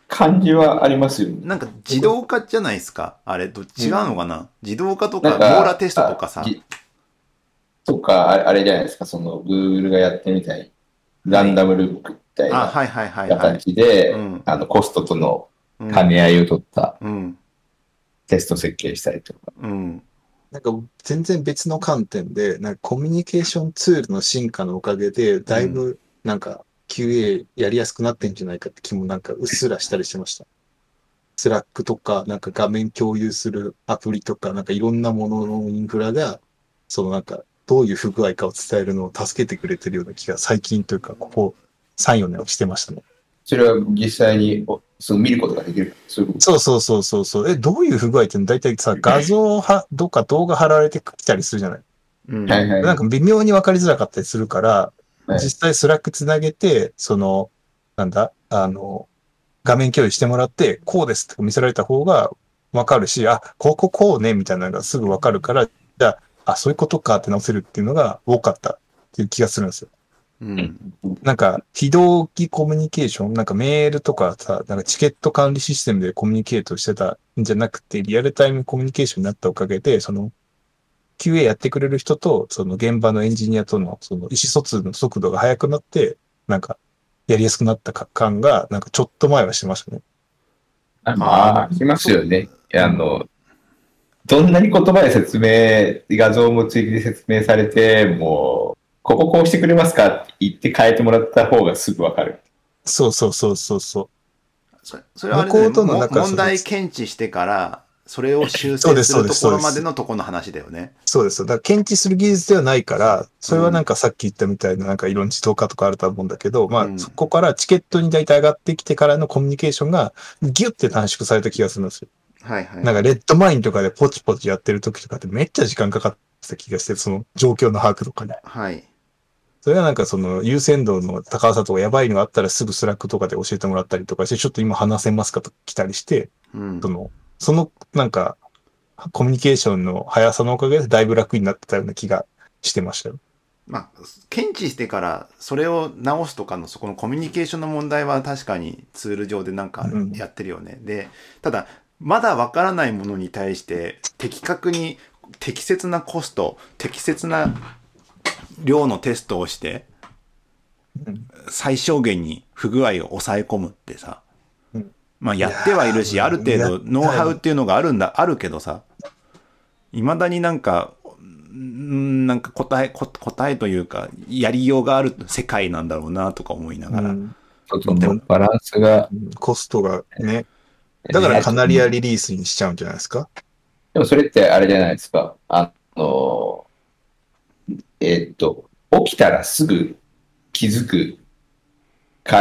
感じはありますよね。 なんか自動化じゃないですかあれと違うのかな、うん、自動化とか、 なんか網羅テストとかさ。 とか、あれじゃないですか、その Google がやってみたい。ランダムルックみたいな形で、あのコストとの兼ね合いを取ったテスト設計したりとか。 うんうんなんか全然別の観点で、なんかコミュニケーションツールの進化のおかげで、だいぶなんか キューエー やりやすくなってんじゃないかって気もなんかうっすらしたりしてました。スラックとか、なんか画面共有するアプリとか、なんかいろんなもののインフラが、そのなんかどういう不具合かを伝えるのを助けてくれてるような気が最近というか、ここさん、よねんはしてましたね。 それは実際にその見ることができる。 そうそうそうそうそう。え、どういう不具合って大体さ、画像は、どっか動画貼られてきたりするじゃない、 うん、なんか微妙に分かりづらかったりするから、はい、実際スラックつなげて、その、なんだ、あの、画面共有してもらって、こうですって見せられた方が分かるし、あ、こここうね、みたいなのがすぐ分かるから、じゃあ、あ、そういうことかって直せるっていうのが多かったっていう気がするんですよ。 うん、 なんか、非同期コミュニケーション、なんかメールとかさ、なんかチケット管理システムでコミュニケートしてたんじゃなくて、リアルタイムコミュニケーションになったおかげで、その、キューエー やってくれる人と、その現場のエンジニアとの、その意思疎通の速度が速くなって、なんか、やりやすくなった感が、なんかちょっと前はしましたね。 まあ、しますよね。あの、どんなに言葉で説明、画像も追記で説明されて、もう、こここうしてくれますかって言って変えてもらった方がすぐわかる。 そうそうそうそうそう。 それ、それはあれね、問題検知してから、それを修正するところまでのところの話だよね。 そうです。だから検知する技術ではないから、それはなんかさっき言ったみたいな、なんかいろんな自動化とかあると思うんだけど、うん、まあそこからチケットに大体上がってきてからのコミュニケーションがギュッて短縮された気がするんですよ。 はいはい。 なんかレッドマインとかでポチポチやってる時とかってめっちゃ時間かかってた気がして、その状況の把握とかね。 はい。 それはなんかその優先度の高さとかやばいのがあったらすぐスラックとかで教えてもらったりとかして、ちょっと今話せますかと来たりして、 うん、 その、そのなんか、コミュニケーションの速さのおかげでだいぶ楽になってたような気がしてましたよ。 まあ、検知してからそれを直すとかのそこのコミュニケーションの問題は確かにツール上でなんかやってるよね。うん、で、ただ、まだわからないものに対して的確に適切なコスト、適切な量のテストをして、最小限に不具合を抑え込むってさ、まあやってはいるし、ある程度ノウハウっていうのがあるんだ、あるけどさ、未だになんか、なんか答え、答えというか、やりようがある世界なんだろうなとか思いながら。うん、 ちょっとバランスが。 コストがね。だからカナリアリリースにしちゃうんじゃないですか。 でもそれってあれじゃないですか。あの、えー、っと、起きたらすぐ気づくから、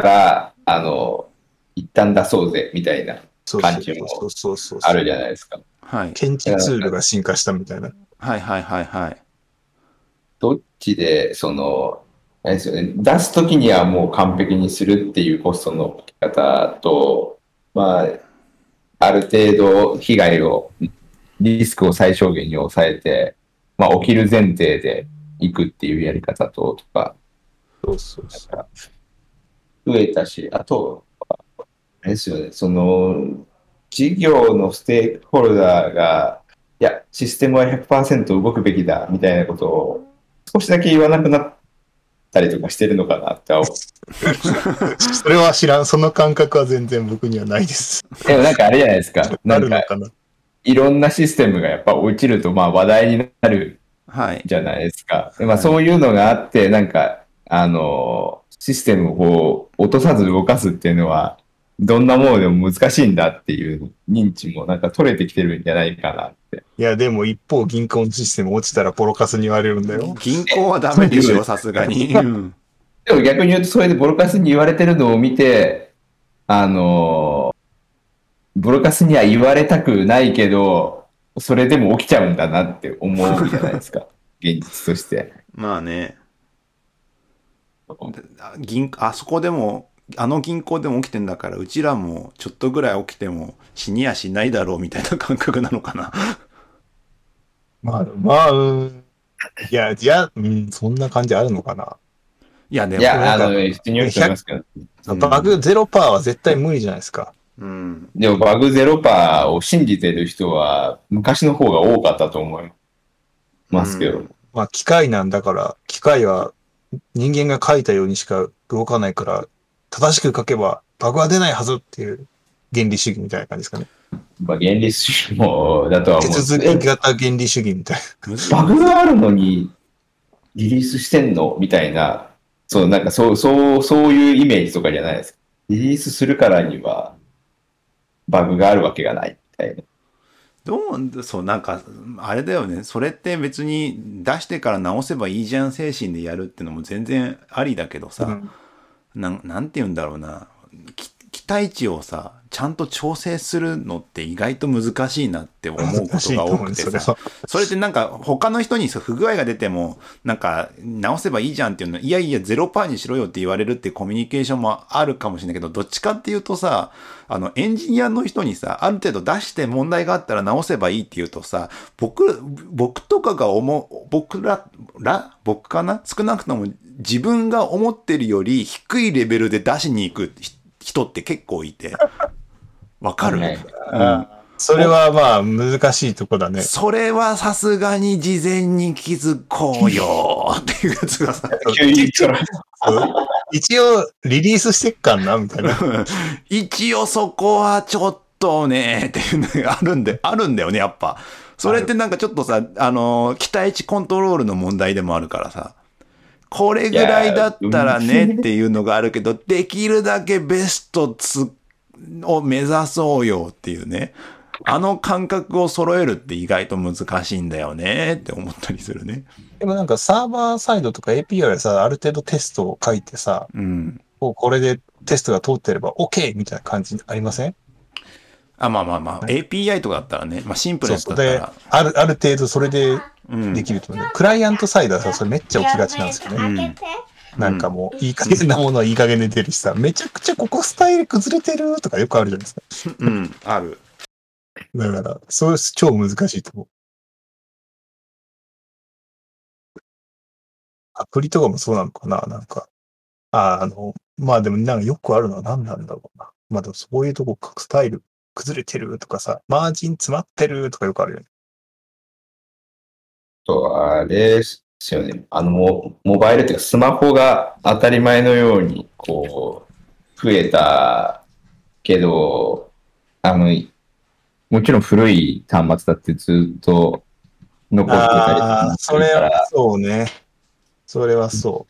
あの、一旦出そうぜみたいな感じもあるじゃないですか。 はい。 検知ツールが進化したみたいな。 はいはいはいはい。 どっちで、その、あれですよね、出すときにはもう完璧にするっていうコストの置き方と、まあ、ある程度被害を、リスクを最小限に抑えて、まあ、起きる前提でいくっていうやり方と、とか、 そうそうそう。 増えたし、あと、あれですよね、その、事業のステークホルダーが、いや、システムは ひゃくパーセント 動くべきだ、みたいなことを、少しだけ言わなくなったりとかしてるのかなって思う。 それは知らん。その感覚は全然僕にはないです。 でもなんかあれじゃないですか。なんか、いろんなシステムがやっぱ落ちると、まあ話題になるじゃないですか。はい、まあそういうのがあって、なんか、あの、システムをこう落とさず動かすっていうのは、どんなものでも難しいんだっていう認知もなんか取れてきてるんじゃないかなって。 いや、でも一方銀行のシステム落ちたらボロカスに言われるんだよ。 銀行はダメでしょ、さすがに。 でも逆に言うと、それでボロカスに言われてるのを見て、あの、ボロカスには言われたくないけど、それでも起きちゃうんだなって思うじゃないですか。現実として。 まあね。銀、あそこでも、あの銀行でも起きてんだから、うちらもちょっとぐらい起きても死にやしないだろうみたいな感覚なのかな。 まあ、まあ、いや、いや、うん、そんな感じあるのかな。 いや、でも、 いや、あの、人によると思いますけど。 バグ ゼロパーセント は絶対無理じゃないですか。 うん。 でもバグゼロパーを信じてる人は昔の方が多かったと思いますけど。 うん、 まあ機械なんだから、機械は人間が書いたようにしか動かないから、正しく書けばバグは出ないはずっていう原理主義みたいな感じですかね。 まあ、原理主義もだとは思う。 手続き型原理主義みたいな。バグがあるのにリリースしてんのみたいな、そう、なんかそう、そう、そういうイメージとかじゃないです。リリースするからにはバグがあるわけがないみたいな。 どう、そう、なんか、あれだよね。それって別に出してから直せばいいじゃん精神でやるってのも全然ありだけどさ、 うん、 なん、なんて言うんだろうな。期待値をさ、ちゃんと調整するのって意外と難しいなって思うことが多くてさ、それってなんか他の人に不具合が出ても、なんか直せばいいじゃんっていうの、いやいやゼロパーにしろよって言われるっていうコミュニケーションもあるかもしれないけど、どっちかっていうとさ、あのエンジニアの人にさ、ある程度出して問題があったら直せばいいっていうとさ、僕、僕とかが思う、僕ら、ら僕かな少なくとも自分が思ってるより低いレベルで出しに行く人って結構いて、わかる、 はい、 うん、 それはまあ難しいとこだね。 それはさすがに事前に気づこうよっていうやつがさ、 一応リリースしてっかんなみたいな。 一応そこはちょっとねっていうのがあるんで、あるんだよね、やっぱ。それってなんかちょっとさ、あの、期待値コントロールの問題でもあるからさ。これぐらいだったらねっていうのがあるけど、できるだけベストつを目指そうよっていうね。あの感覚を揃えるって意外と難しいんだよねって思ったりするね。 でもなんかサーバーサイドとか エーピーアイ でさ、ある程度テストを書いてさ、 うん。 これでテストが通ってれば OK みたいな感じありません？ あ、まあまあまあ、エーピーアイ とかだったらね、まあシンプルなやつだったら。 そうそうで、ある、ある程度それでできると思う、ね、うん。クライアントサイドはさ、それめっちゃ起きがちなんですよね。うんなんかもう、いい加減なものはいい加減で出るしさ、めちゃくちゃここスタイル崩れてるとかよくあるじゃないですか。 うん、ある。 だから、そういう超難しいと思う。アプリとかもそうなのかななんか。あ、あの、まあでもなんかよくあるのは何なんだろうな。まあでもそういうとこ、スタイル崩れてるとかさ、マージン詰まってるとかよくあるよね。 と、あれですよね。あのモ、モバイルっていうかスマホが当たり前のように、こう、増えたけど、あの、もちろん古い端末だってずっと残ってたりああ、それはそうね。それはそう。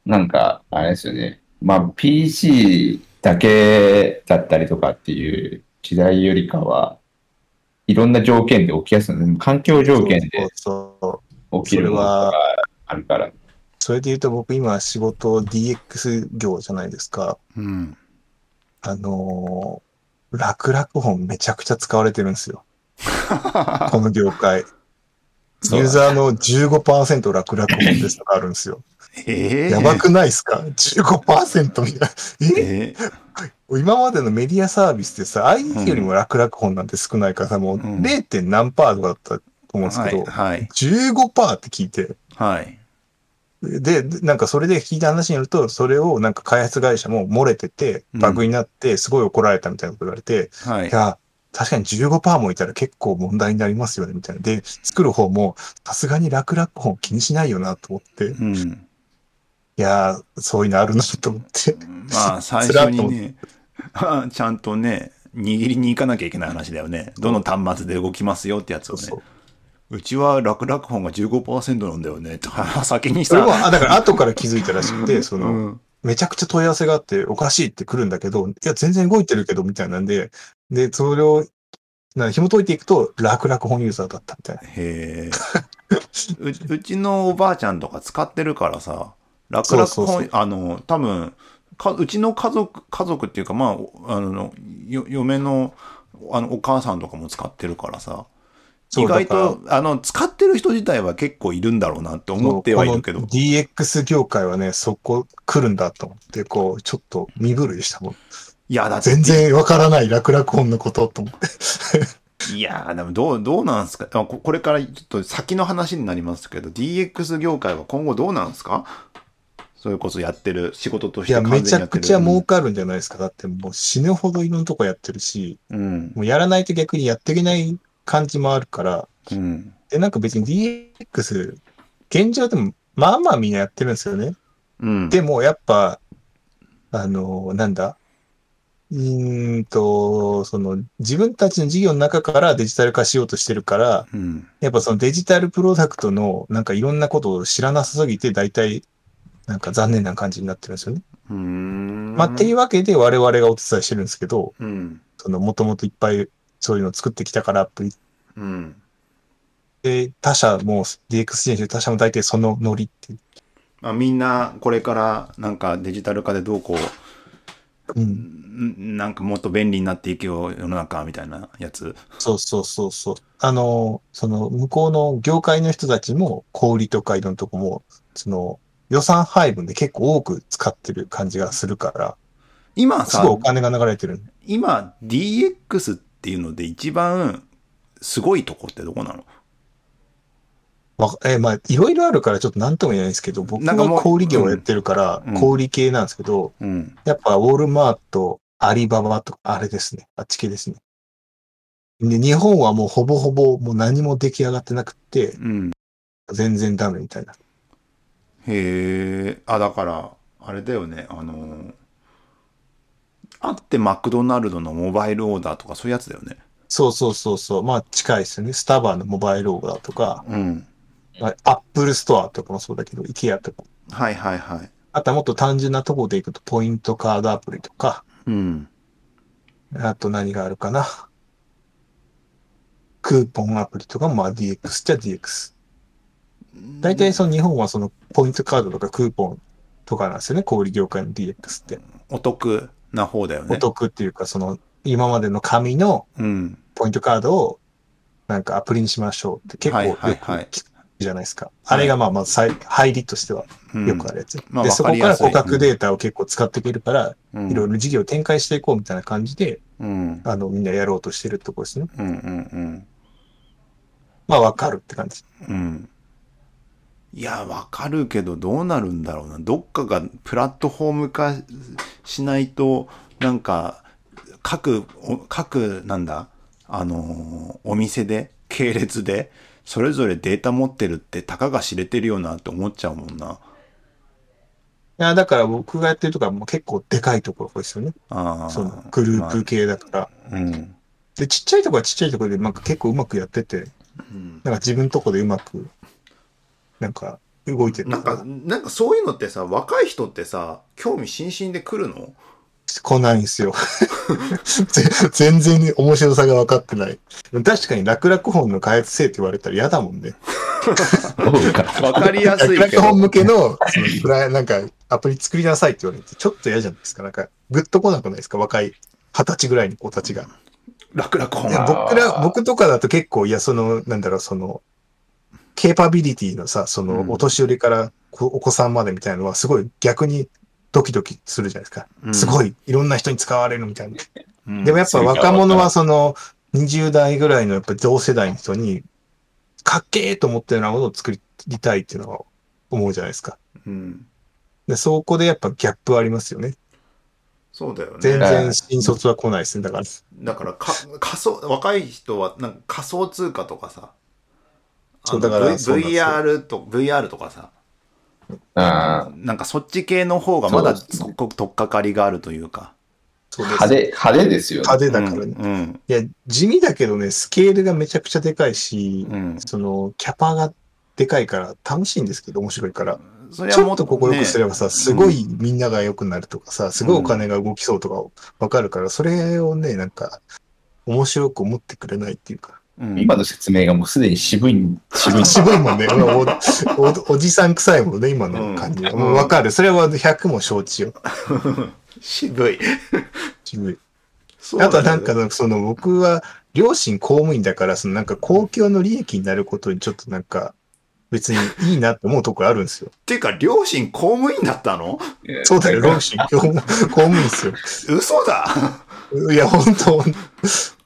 なんか、あれですよね。まあ、ピーシー だけだったりとかっていう時代よりかは、いろんな条件で起きやすいので、環境条件で起きるものがあるから。 それで言うと僕今仕事 ディーエックス 業じゃないですか。 うん。 あのー、楽々本めちゃくちゃ使われてるんですよ。この業界。ユーザーの じゅうごパーセント 楽々本ですとかあるんですよ。 えー、 やばくないですか ?じゅうごパーセント みたいな。え、えー、今までのメディアサービスってさ、アイディー よりも楽々本なんて少ないからさ、もう ゼロ. 点何パーとかだったと思うんですけど、 はいはい、 じゅうごパーセント って聞いて、 はい。 で、なんかそれで聞いた話によると、それをなんか開発会社も漏れてて、バグになって、すごい怒られたみたいなこと言われて、うん、はい、いや、確かに じゅうごパーセント もいたら結構問題になりますよね、みたいな。で、作る方も、さすがに楽々本気にしないよな、と思って。うん、いやー、そういうのあるな、と思って。 まあ、最初にね、ちゃんとね、握りに行かなきゃいけない話だよね。どの端末で動きますよってやつをね。そうそううちは楽々本が じゅうごパーセント なんだよね。先にさ。 それは、あ、だから後から気づいたらしくて、その、うん、めちゃくちゃ問い合わせがあっておかしいって来るんだけど、いや、全然動いてるけど、みたいなんで、で、それを、な紐解いていくと、楽々本ユーザーだったみたいな。 へーう。うちのおばあちゃんとか使ってるからさ、楽々本、そうそうそうあの、多分か、うちの家族、家族っていうか、まあ、あの、嫁の、あの、お母さんとかも使ってるからさ、意外と、あの、使ってる人自体は結構いるんだろうなって思ってはいるけど。 ディーエックス 業界はね、そこ来るんだと思って、こう、ちょっと身震いしたもん。いや、だって。全然わからない楽々本のことと思って。 いやー、でもどう、どうなんすかここれからちょっと先の話になりますけど、ディーエックス 業界は今後どうなんすかそれこそやってる、仕事としいや、 て完めちゃ全にやってる。 くちゃ儲かるんじゃないですか。だってもう死ぬほどいろんなとこやってるし、 うん。 もうやらないと逆にやっていけない感じもあるから、 うん。 で、なんか別に ディーエックス、現状でも、まあまあみんなやってるんですよね。 うん。 でもやっぱ、あの、なんだうーんと、その、自分たちの事業の中からデジタル化しようとしてるから、 うん。 やっぱそのデジタルプロダクトのなんかいろんなことを知らなさすぎて、大体、なんか残念な感じになってるんですよね。 うーん。 まあ、っていうわけで我々がお手伝いしてるんですけど、 うん。 その、もともといっぱいそういうのを作ってきたからアプリうん。 で、他社も ディーエックス 支援してる他社も大体そのノリっていう。 まあ、みんなこれからなんかデジタル化でどうこう、 うん。 んなんかもっと便利になっていくよ世の中みたいなやつ。 そうそうそうそう。あの、その、向こうの業界の人たちも、小売りとかいろんなとこも、その、予算配分で結構多く使ってる感じがするから、 今すごいおさ、 金が流れてる。 今 ディーエックス っていうので一番すごいとこってどこなの？ わえーまあ、いろいろあるからちょっと何とも言えないですけど、僕はなんかもう小売業をやってるからうん、 小売系なんですけど、 うん。 やっぱウォールマート、アリババとか、あれですね。あっち系ですね。で、日本はもうほぼほぼもう何も出来上がってなくて、 うん。 全然ダメみたいな。 へえ。あ、だから、あれだよね。あの、あってマクドナルドのモバイルオーダーとかそういうやつだよね。 そうそうそうそう。まあ近いですよね。スタバのモバイルオーダーとか、 うん。 アップルストアとかもそうだけど、イケアとか。 はいはいはい。 あとはもっと単純なところでいくと、ポイントカードアプリとか、 うん。 あと何があるかな。クーポンアプリとかもまあ ディーエックス じゃ ディーエックス。大体その日本はそのポイントカードとかクーポンとかなんですよね。小売業界の ディーエックス って。 お得な方だよね。 お得っていうか、その今までの紙のうん。 ポイントカードをなんかアプリにしましょうって結構よくはいはいはい聞くじゃないですか。 はいあれがまあまあ再入りとしてはうんよくあるやつ。 まあで、そこわかりやすいから顧客データを結構使っていけるから、 うん。 いろいろ事業を展開していこうみたいな感じで、 うん。 あの、みんなやろうとしてるところですね。 うんうんまあわかるって感じ。 うん。うん。いや、わかるけど、どうなるんだろうな。どっかがプラットフォーム化しないと、なんか、各、お各、なんだ、あのーお店で、系列で、それぞれデータ持ってるってたかが知れてるよなって思っちゃうもんな。 いや、だから僕がやってるとこはもう結構でかいところですよね。 ああ。 そのグループ系だから。 まあ、うん。 で、ちっちゃいとこはちっちゃいところでなんか結構うまくやってて、 うんなんか自分のとこでうまく、なんか動いてるなんか、なんかそういうのってさ、若い人ってさ、興味津々で来るの？ 来ないんですよ。全然面白さが分かってない。確かに楽々本の開発せえって言われたら嫌だもんね。 わかりやすいけど。 楽々本向けの、そのプライなんかアプリ作りなさいって言われて、ちょっと嫌じゃないですか。なんか、グッと来なくないですか、若い、二十歳ぐらいの子たちが。 楽々本いや僕ら、僕とかだと結構、いや、その、なんだろう、その、ケーパビリティのさ、その、お年寄りからこお子さんまでみたいなのは、すごい逆にドキドキするじゃないですか。 うんすごい、いろんな人に使われるみたいな。 うんでもやっぱ若者はその、にじゅう代ぐらいのやっぱ同世代の人に、かっけーと思ったようなものを作りたいっていうのは思うじゃないですか。 うん。 で、そこでやっぱギャップはありますよね。 そうだよね。 全然新卒は来ないですね。だから。 だからか、仮想、若い人はなんか仮想通貨とかさ、 そうだから v、 そうなんですよブイアール と、ブイアール とかさ、 ああ、 なんかそっち系の方がまだそうですねとっかかりがあるというか。 そうです派手、派手ですよね。 派手だからね。 うん。うん。 いや、地味だけどね、スケールがめちゃくちゃでかいし、 うんその、キャパがでかいから楽しいんですけど、面白いから。 それはもちょっとここよくすればさ、 ねすごいみんなが良くなるとかさ、すごいお金が動きそうとかわかるから、それをね、なんか、面白く思ってくれないっていうか。 うん今の説明がもうすでに渋い、渋い。 渋いもんね。おおおじさん臭いもんね、今の感じが。 うんもうわかる。それはひゃくも承知よ。 渋い。 渋い。 そうだねあとはなんか、その僕は両親公務員だから、そのなんか公共の利益になることにちょっとなんか別にいいなって思うところあるんですよ。 っていうか、両親公務員だったの？ そうだよ、両親公務公務員ですよ。 嘘だ。 いや、本当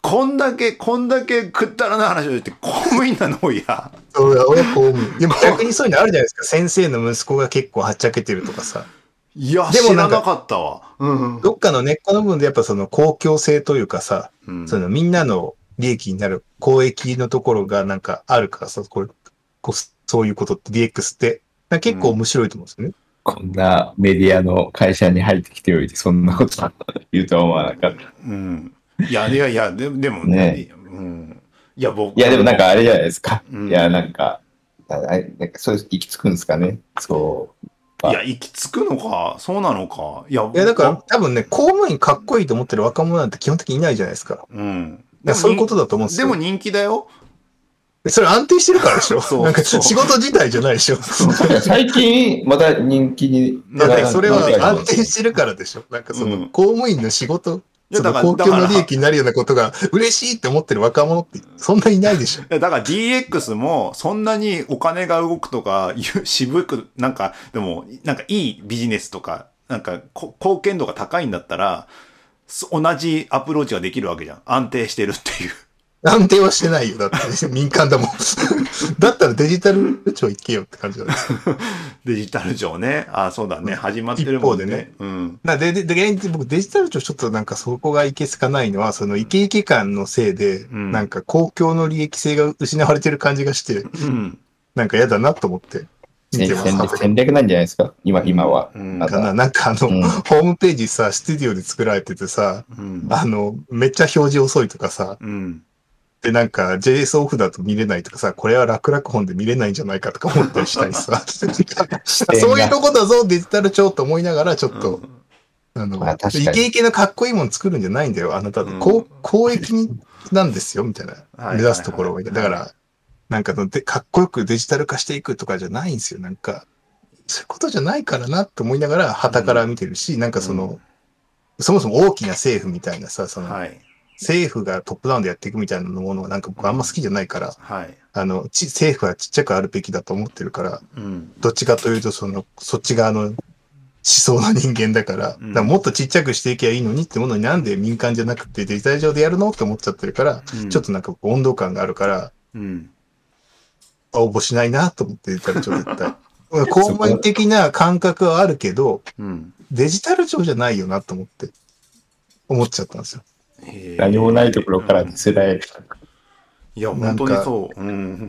こんだけ、こんだけくったらな話を言って、公務員なのいや。 そうだ、親公務員。でも逆にそういうのあるじゃないですか。先生の息子が結構はっちゃけてるとかさ。 いや、 でも知なんからなかったわ。うん。 どっかの根っこの部分でやっぱその公共性というかさ、 うんそのみんなの利益になる公益のところがなんかあるからさ、これこうそういうことって ディーエックスってなんか結構面白いと思うんですよね。 こんなメディアの会社に入ってきておいて、そんなこと言うとは思わなかった。 うん。いやいやいや、ででもねね、うん。いや、僕いや、でもなんかあれじゃないですか。 うんいや、なんか、ああなんかそう行き着くんですかね。そう。 いや、行き着くのか、そうなのか。いや、 いやだから多分ね、公務員かっこいいと思ってる若者なんて基本的にいないじゃないですか。 うん。 いやそういうことだと思うんですよ。 でも人気だよ。 それ安定してるからでしょ。 そうなんかそう仕事自体じゃないでしょ。 最近、また人気に。 だってそれはなんか安定してるからでしょ。なんかその、 うん公務員の仕事、 いやだからその公共の利益になるようなことが嬉しいって思ってる若者ってそんないないでしょ。 だから ディーエックス もそんなにお金が動くとかいう渋くなんかでもなんかいいビジネスとかなんかこ貢献度が高いんだったらそ同じアプローチができるわけじゃん。安定してるっていう。 安定はしてないよ。だって民間だもん。だったらデジタル庁行けよって感じだね。 デジタル庁ね。あ、そうだね。始まってるもんね。 一方でね。 うん。 なででで現僕デジタル庁ちょっとなんかそこがいけすかないのはそのイケイケ感のせいで、 うんなんか公共の利益性が失われてる感じがしてうん。 なんか嫌だなと思って見てます。 戦略戦略なんじゃないですか今、今は。 うんまだかななんかあの、 うんホームページさ、スタジオで作られててさ、 うん。 あの、めっちゃ表示遅いとかさ、 うん。 で、なんか ジェイエス オフだと見れないとかさ、これは楽々本で見れないんじゃないかとか思ったりしたりさ、そういうとこだぞ、デジタル庁と思いながら、ちょっと、あの、 まあ確かにイケイケのかっこいいもの作るんじゃないんだよ。あなた、 うん公公益なんですよ、みたいな。 はい目指すところが。 はいはいだから、なんかで、かっこよくデジタル化していくとかじゃないんですよ。なんか、そういうことじゃないからなって思いながら、旗から見てるし、なんかその、そもそも大きな政府みたいなさ、その、 はい。 政府がトップダウンでやっていくみたいなものはなんか僕あんま好きじゃないから、 はい。 あの、ち政府はちっちゃくあるべきだと思ってるから、 うん。 どっちかというとその、そっち側の思想の人間だから、 うんだからもっとちっちゃくしていけばいいのにってものになんで民間じゃなくてデジタル上でやるのって思っちゃってるから、 うんちょっとなんか温度感があるから、 うん。 応募しないなと思ってデジタル庁絶対。公務員的な感覚はあるけど、 うん。 デジタル庁じゃないよなと思って、思っちゃったんですよ。 へー何もないところからディスられる。 いや、本当にそう。うん。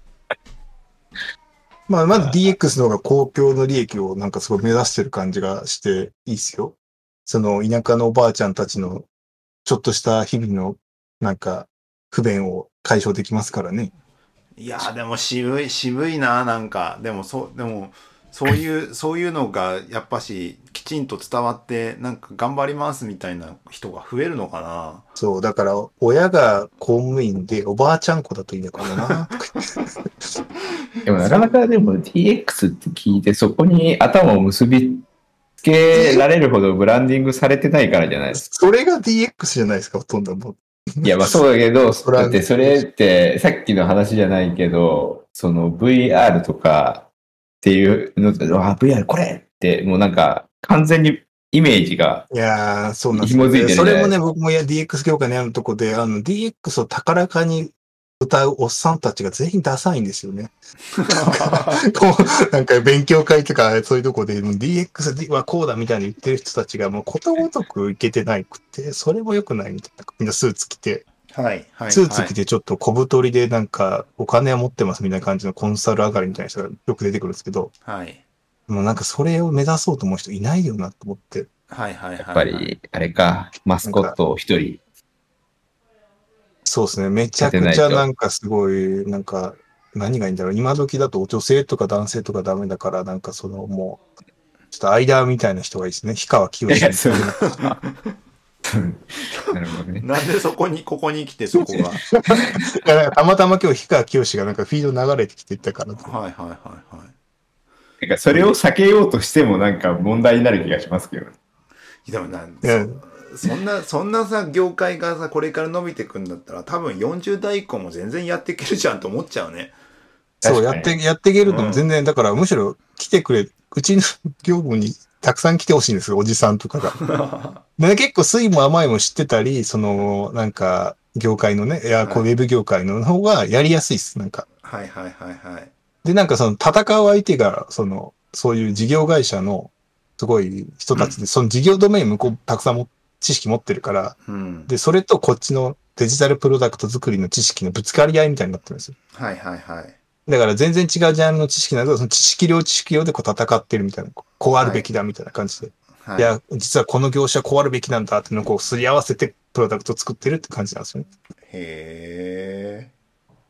まあ、まず ディーエックス の方が公共の利益をなんかすごい目指してる感じがしていいですよ。その田舎のおばあちゃんたちのちょっとした日々のなんか不便を解消できますからね。 いやーでも渋い渋いななんかでもそうでもそういうそういうのがやっぱしきちんと伝わってなんか頑張りますみたいな人が増えるのかな。 そう、だから親が公務員でおばあちゃん子だといいのかもな。 でもなかなかでも ディーエックス って聞いてそこに頭を結びつけられるほどブランディングされてないからじゃないですか。 それが ディーエックス じゃないですか、ほとんどもう。 いやまあそうだけど、 ブランディングだってそれってさっきの話じゃないけど、その ブイアール とかっていうの、あ、ブイアール これってもうなんか完全にイメージがいやー、そうなんです紐づいてるねそれもね、僕もいや ディーエックス 業界にあるとこで、あの ディーエックス を高らかに歌うおっさんたちが全員ダサいんですよね。こうなんか勉強会とかそういうとこで ディーエックス はこうだみたいに言ってる人たちがもうことごとくいけてないくて、それも良くないみたいな。みんなスーツ着て、 はいはい。 スーツ着てちょっと小太りでなんかお金は持ってますみたいな感じのコンサル上がりみたいな人がよく出てくるんですけど、 はいもうなんかそれを目指そうと思う人いないよなと思って。 はいはいはい。 やっぱりあれか、マスコットを一人。 そうですね。めちゃくちゃなんかすごい、なんか、何がいいんだろう。今時だと女性とか男性とかダメだから、なんかそのもう、ちょっと間みたいな人がいいですね。氷川きよしみたいな。 いやそうなるほどね。 なんでそこにここに来てそこが。はいいやなんかたまたま今日氷川きよしがなんかフィード流れてきてたから。 はいはいはい。 てかそれを避けようとしてもなんか問題になる気がしますけど。 でもなんいやそそんなそんなさ業界がさこれから伸びていくんだったら多分よんじゅう代以降も全然やっていけるじゃんと思っちゃうね。 そう、や確かにって、やっていけると全然、だからむしろ来てくれ、うちの業務にたくさん来てほしいんですよ、おじさんとかが。でね、結構酸いも甘いも知ってたり、その、なんか、 業界のね、いや、こうウェブ業界の方がやりやすいっす、なんか。 はいはいはいはい。 で、なんかその戦う相手が、その、そういう事業会社のすごい人たちで、その事業ドメイン向こうたくさんも知識持ってるから、 うん、 で、それとこっちのデジタルプロダクト作りの知識のぶつかり合いみたいになってるんですよ。 はいはいはい。 だから全然違うジャンルの知識など、その知識量知識量でこう戦ってるみたいな、こうあるべきだみたいな感じで。 はい、 いや、実はこの業種はこうあるべきなんだっていうのをこうすり合わせてプロダクトを作ってるって感じなんですよね。 へえ。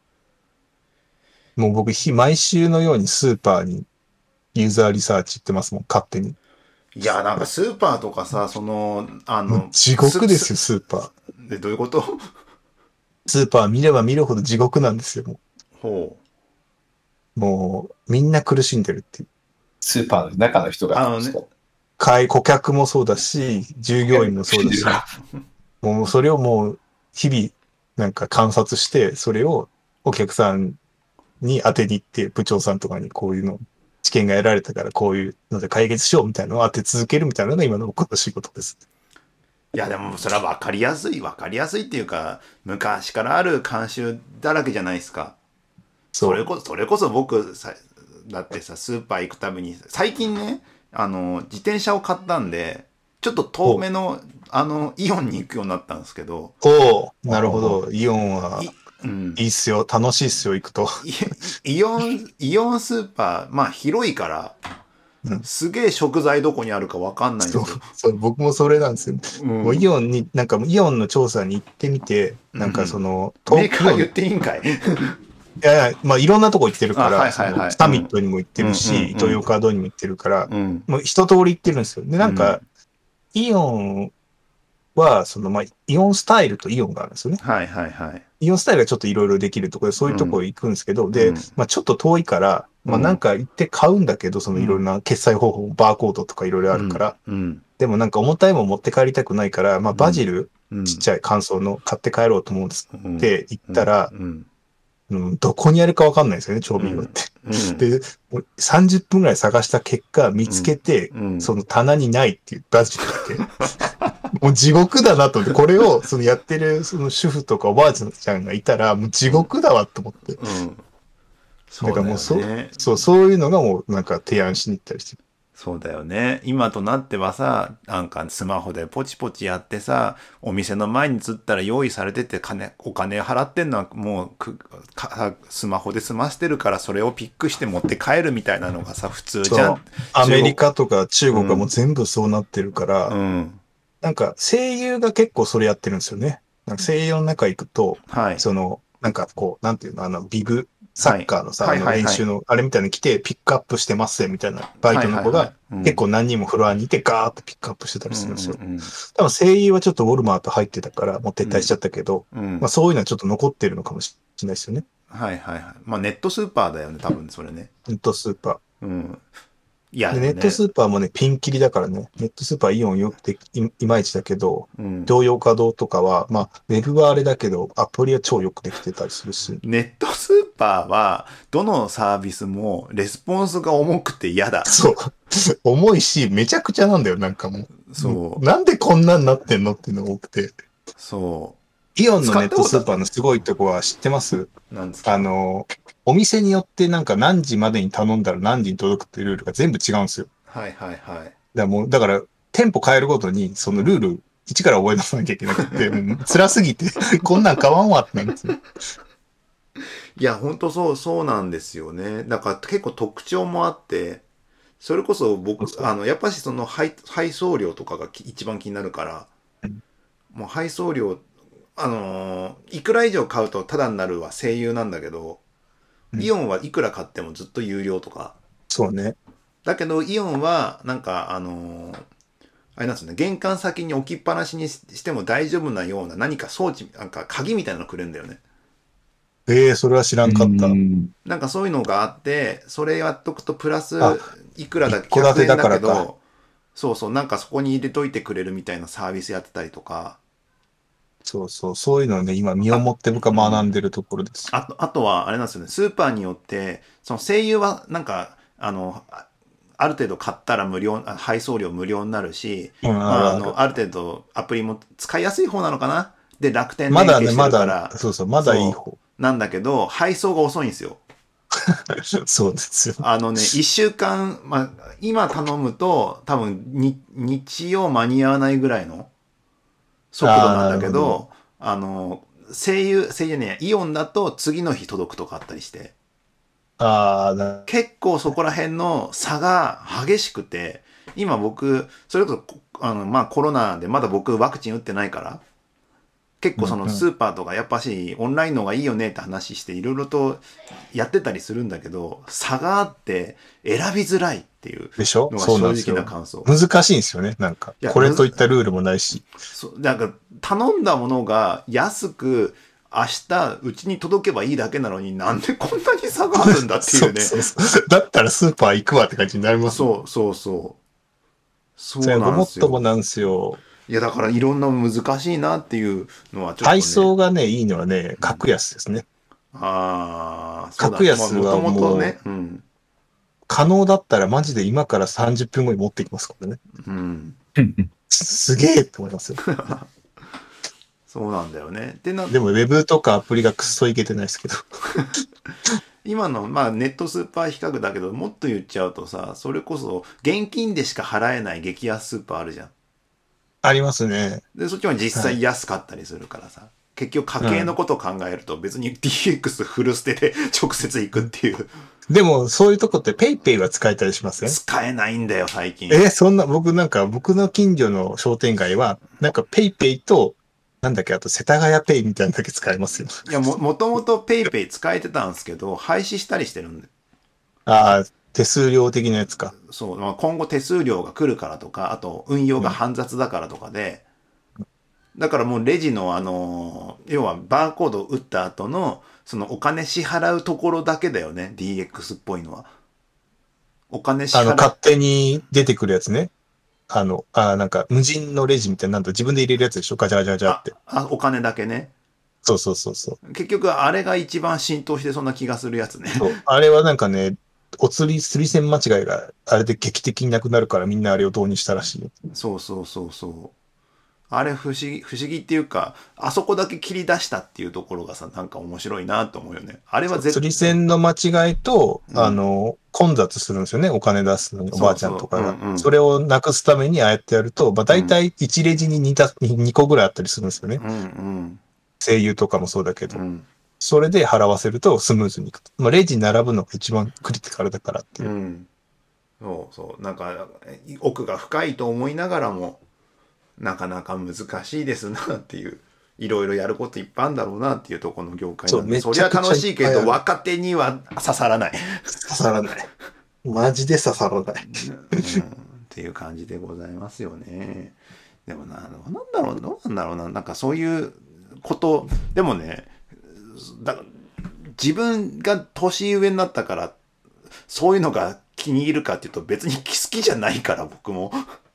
もう僕、日毎週のようにスーパーにユーザーリサーチ行ってますもん、勝手に。 いや、なんかスーパーとかさ、その、あの、 地獄ですよ、スーパー。で、どういうこと？ スーパー見れば見るほど地獄なんですよ、もう。ほう。もう、みんな苦しんでるっていう。 スーパーの中の人が。 あのね。 買い、顧客もそうだし、従業員もそうだし、もうそれをもう、日々、なんか観察して、それをお客さんに当てに行って、部長さんとかにこういうの、知見が得られたからこういうので解決しようみたいなのを当て続けるみたいなのが今の僕の仕事です。 いやでもそれは分かりやすい分かりやすいっていうか昔からある慣習だらけじゃないですか。それこそそれこそ僕さだってさスーパー行くたびに最近ねあの自転車を買ったんでちょっと遠めのあのイオンに行くようになったんですけど。 おお、なるほど。イオンは。うん、いいっすよ。楽しいっすよ、行くと。 イオン、イオンスーパー、まあ広いから、うん、すげえ食材どこにあるか分かんないんですよ。 そう、そう、僕もそれなんですよ。うん、もうイオンに、なんかイオンの調査に行ってみて、なんかその、 うん、メーカー言っていいんかいいやいや、まあいろんなとこ行ってるから、サミットにも行ってるし、イトーヨーカドーにも行ってるから、うん、もう一通り行ってるんですよ。で、なんか、うん、イオンは、その、まあ、イオンスタイルとイオンがあるんですよね。 はいはいはい。 イオンスタイルがちょっといろいろできるところで、そういうところ行くんですけど、うん、で、まあ、ちょっと遠いから、まあ、なんか行って買うんだけど、そのいろんな決済方法、バーコードとかいろいろあるから、うんうん、でもなんか重たいもん持って帰りたくないから、まあ、バジル、うん、ちっちゃい乾燥の買って帰ろうと思うんですって行ったら、うんうん、どこにあるかわかんないですよね、調味料って。うん、で、さんじゅっぷんぐらい探した結果、見つけて、うん、その棚にないっていうバジルだけ。もう地獄だなと思って、これをそのやってるその主婦とかおばあちゃんがいたら、もう地獄だわと思って。うん。そうだよね。だからもうそ、そう、そういうのがもうなんか提案しに行ったりして。 そうだよね。今となってはさ、なんかスマホでポチポチやってさ、お店の前に釣ったら用意されてて金、お金払ってんのはもうくかスマホで済ましてるからそれをピックして持って帰るみたいなのがさ、普通じゃん。 アメリカとか中国はもう全部そうなってるから、うん、なんか声優が結構それやってるんですよね。なんか声優の中行くと、はい、その、なんかこう、なんていうの、あの、ビブ、サッカーのさ、はい、あの練習の、あれみたいに来て、ピックアップしてますみたいなバイトの子が、結構何人もフロアにいて、ガーってピックアップしてたりするんですよ。うんうんうん、多分声優はちょっとウォルマート入ってたから、もう撤退しちゃったけど、うんうん、まあそういうのはちょっと残ってるのかもしれないですよね。 はいはいはい。まあネットスーパーだよね、多分それね。 ネットスーパー。 うん。いや、 ね、ネットスーパーもね、ピンキリだからね。ネットスーパーイオンよくて い, いまいちだけど、イトーヨーカドーとかは、まあ、ウェブはあれだけど、アプリは超よくできてたりするし。 ネットスーパーは、どのサービスもレスポンスが重くて嫌だ。 そう。重いし、めちゃくちゃなんだよ、なんかもう。そう。なんでこんなになってんのっていうのが多くて。 そう。 イオンのネットスーパーのすごいとこは知ってます？ なんですか？ あの、お店によってなんか何時までに頼んだら何時に届くっていうルールが全部違うんですよ。 はいはいはい。だからもう、だから、店舗変えるごとに、そのルール、一から覚え出さなきゃいけなくて、もう辛すぎて、こんなん買わんわってなんですよ。 いや、ほんとそう、そうなんですよね。だから結構特徴もあって、それこそ僕、あの、やっぱしその配、配送料とかが一番気になるから、うん、もう配送料、あのー、いくら以上買うとタダになるは声優なんだけど、うん、イオンはいくら買ってもずっと有料とか。 そうね。 だけど、イオンは、なんか、あのー、あれなんですよね、玄関先に置きっぱなしにしても大丈夫なような何か装置、なんか鍵みたいなのくれるんだよね。 ええー、それは知らんかった。 なんかそういうのがあって、それやっとくとプラス、いくらだっけ、ひゃくえんだけど、そうそう、なんかそこに入れといてくれるみたいなサービスやってたりとか。 そうそう、そういうのね、今身をもって僕は学んでるところです。 あと、あとは、あれなんですよね、スーパーによって、その声優は、なんか、あの、ある程度買ったら無料、配送料無料になるし、うん、まあ、あの、ある程度アプリも使いやすい方なのかな。 で、楽天まだね、 連携してまるから、 だ、そうそう、まだいい方。 なんだけど、配送が遅いんですよ。 そうですよ。 あのね、一週間、まあ、今頼むと、多分に、日曜間に合わないぐらいの速度なんだけど、 どあの、声優、声優ね、イオンだと次の日届くとかあったりして、 ああ、 結構そこら辺の差が激しくて、今僕、それこそ、あの、まあコロナでまだ僕ワクチン打ってないから、結構そのスーパーとかやっぱしオンラインの方がいいよねって話していろいろとやってたりするんだけど、差があって選びづらいっていうでしょのがそうなん正ですよ。 直な感想。 難しいんですよね、なんか。これといったルールもないし。 そう、なんか頼んだものが安く明日うちに届けばいいだけなのになんでこんなに差があるんだっていうね。 そうそうそう。だったらスーパー行くわって感じになります、 ね。そうそうそう。 そうなんですよ。ごもっともなんですよ。 いや、だからいろんな難しいなっていうのはちょっと、ね。 配送がね、いいのはね、格安ですね。 うん、ああ、 そうだね。格安はもう、もともとね、うん、可能だったらマジで今からさんじゅっぷんごに持ってきますからね。うん。すげえって思いますよ。 そうなんだよね。 でなでも、ウェブとかアプリがくっそいけてないですけど。 今の、まあ、ネットスーパー比較だけど、もっと言っちゃうとさ、それこそ現金でしか払えない激安スーパーあるじゃん。 ありますね。 で、そっちは実際安かったりするからさ。はい、結局家計のことを考えると別に ディーエックス フル捨てで直接行くっていう。 でも、そういうとこって PayPay は使えたりしますね。 使えないんだよ、最近。 え、そんな、僕なんか、僕の近所の商店街は、なんか PayPay と、なんだっけ、あと世田谷ペイみたいなのだけ使えますよ。 いや、も、もともと PayPay 使えてたんですけど、廃止したりしてるんで。 ああ、手数料的なやつか。 そう、まあ、今後手数料が来るからとか、あと運用が煩雑だからとかで、うん、だからもうレジのあの、要はバーコードを打った後の、そのお金支払うところだけだよね、ディーエックス っぽいのは。お金支払う。 あの、勝手に出てくるやつね。あの、あなんか無人のレジみたいな、なんと自分で入れるやつでしょ、ガチャガチャガチャって。 あ、あお金だけね。 そうそうそうそう。 結局あれが一番浸透してそんな気がするやつね。 そう。あれはなんかね、お釣り、釣り線間違いがあれで劇的になくなるからみんなあれを導入したらしい。 そうそうそうそう。あれ不思議、不思議っていうか、あそこだけ切り出したっていうところがさ、なんか面白いなと思うよね。あれは絶対。釣り線の間違いと、うん、あの、混雑するんですよね。お金出すのに、おばあちゃんとかが。そうそう、うんうん、それをなくすためにああやってやると、まあ大体いちレジに 2, たにこぐらいあったりするんですよね。うんうん、声優とかもそうだけど。うんそれで払わせるとスムーズにいくと。まあ、レジに並ぶのが一番クリティカルだからっていう。うん、 そうそう。なんか、奥が深いと思いながらも、なかなか難しいですなっていう、いろいろやることいっぱいあるんだろうなっていうところの業界なんで、そりゃ楽しいけど、若手には刺さらない。 刺さらない。マジで刺さらない。 うん。っていう感じでございますよね。でもな、どうなんだろう、どうなんだろうな。なんかそういうこと、でもね、だ自分が年上になったからそういうのが気に入るかっていうと別に好きじゃないから僕も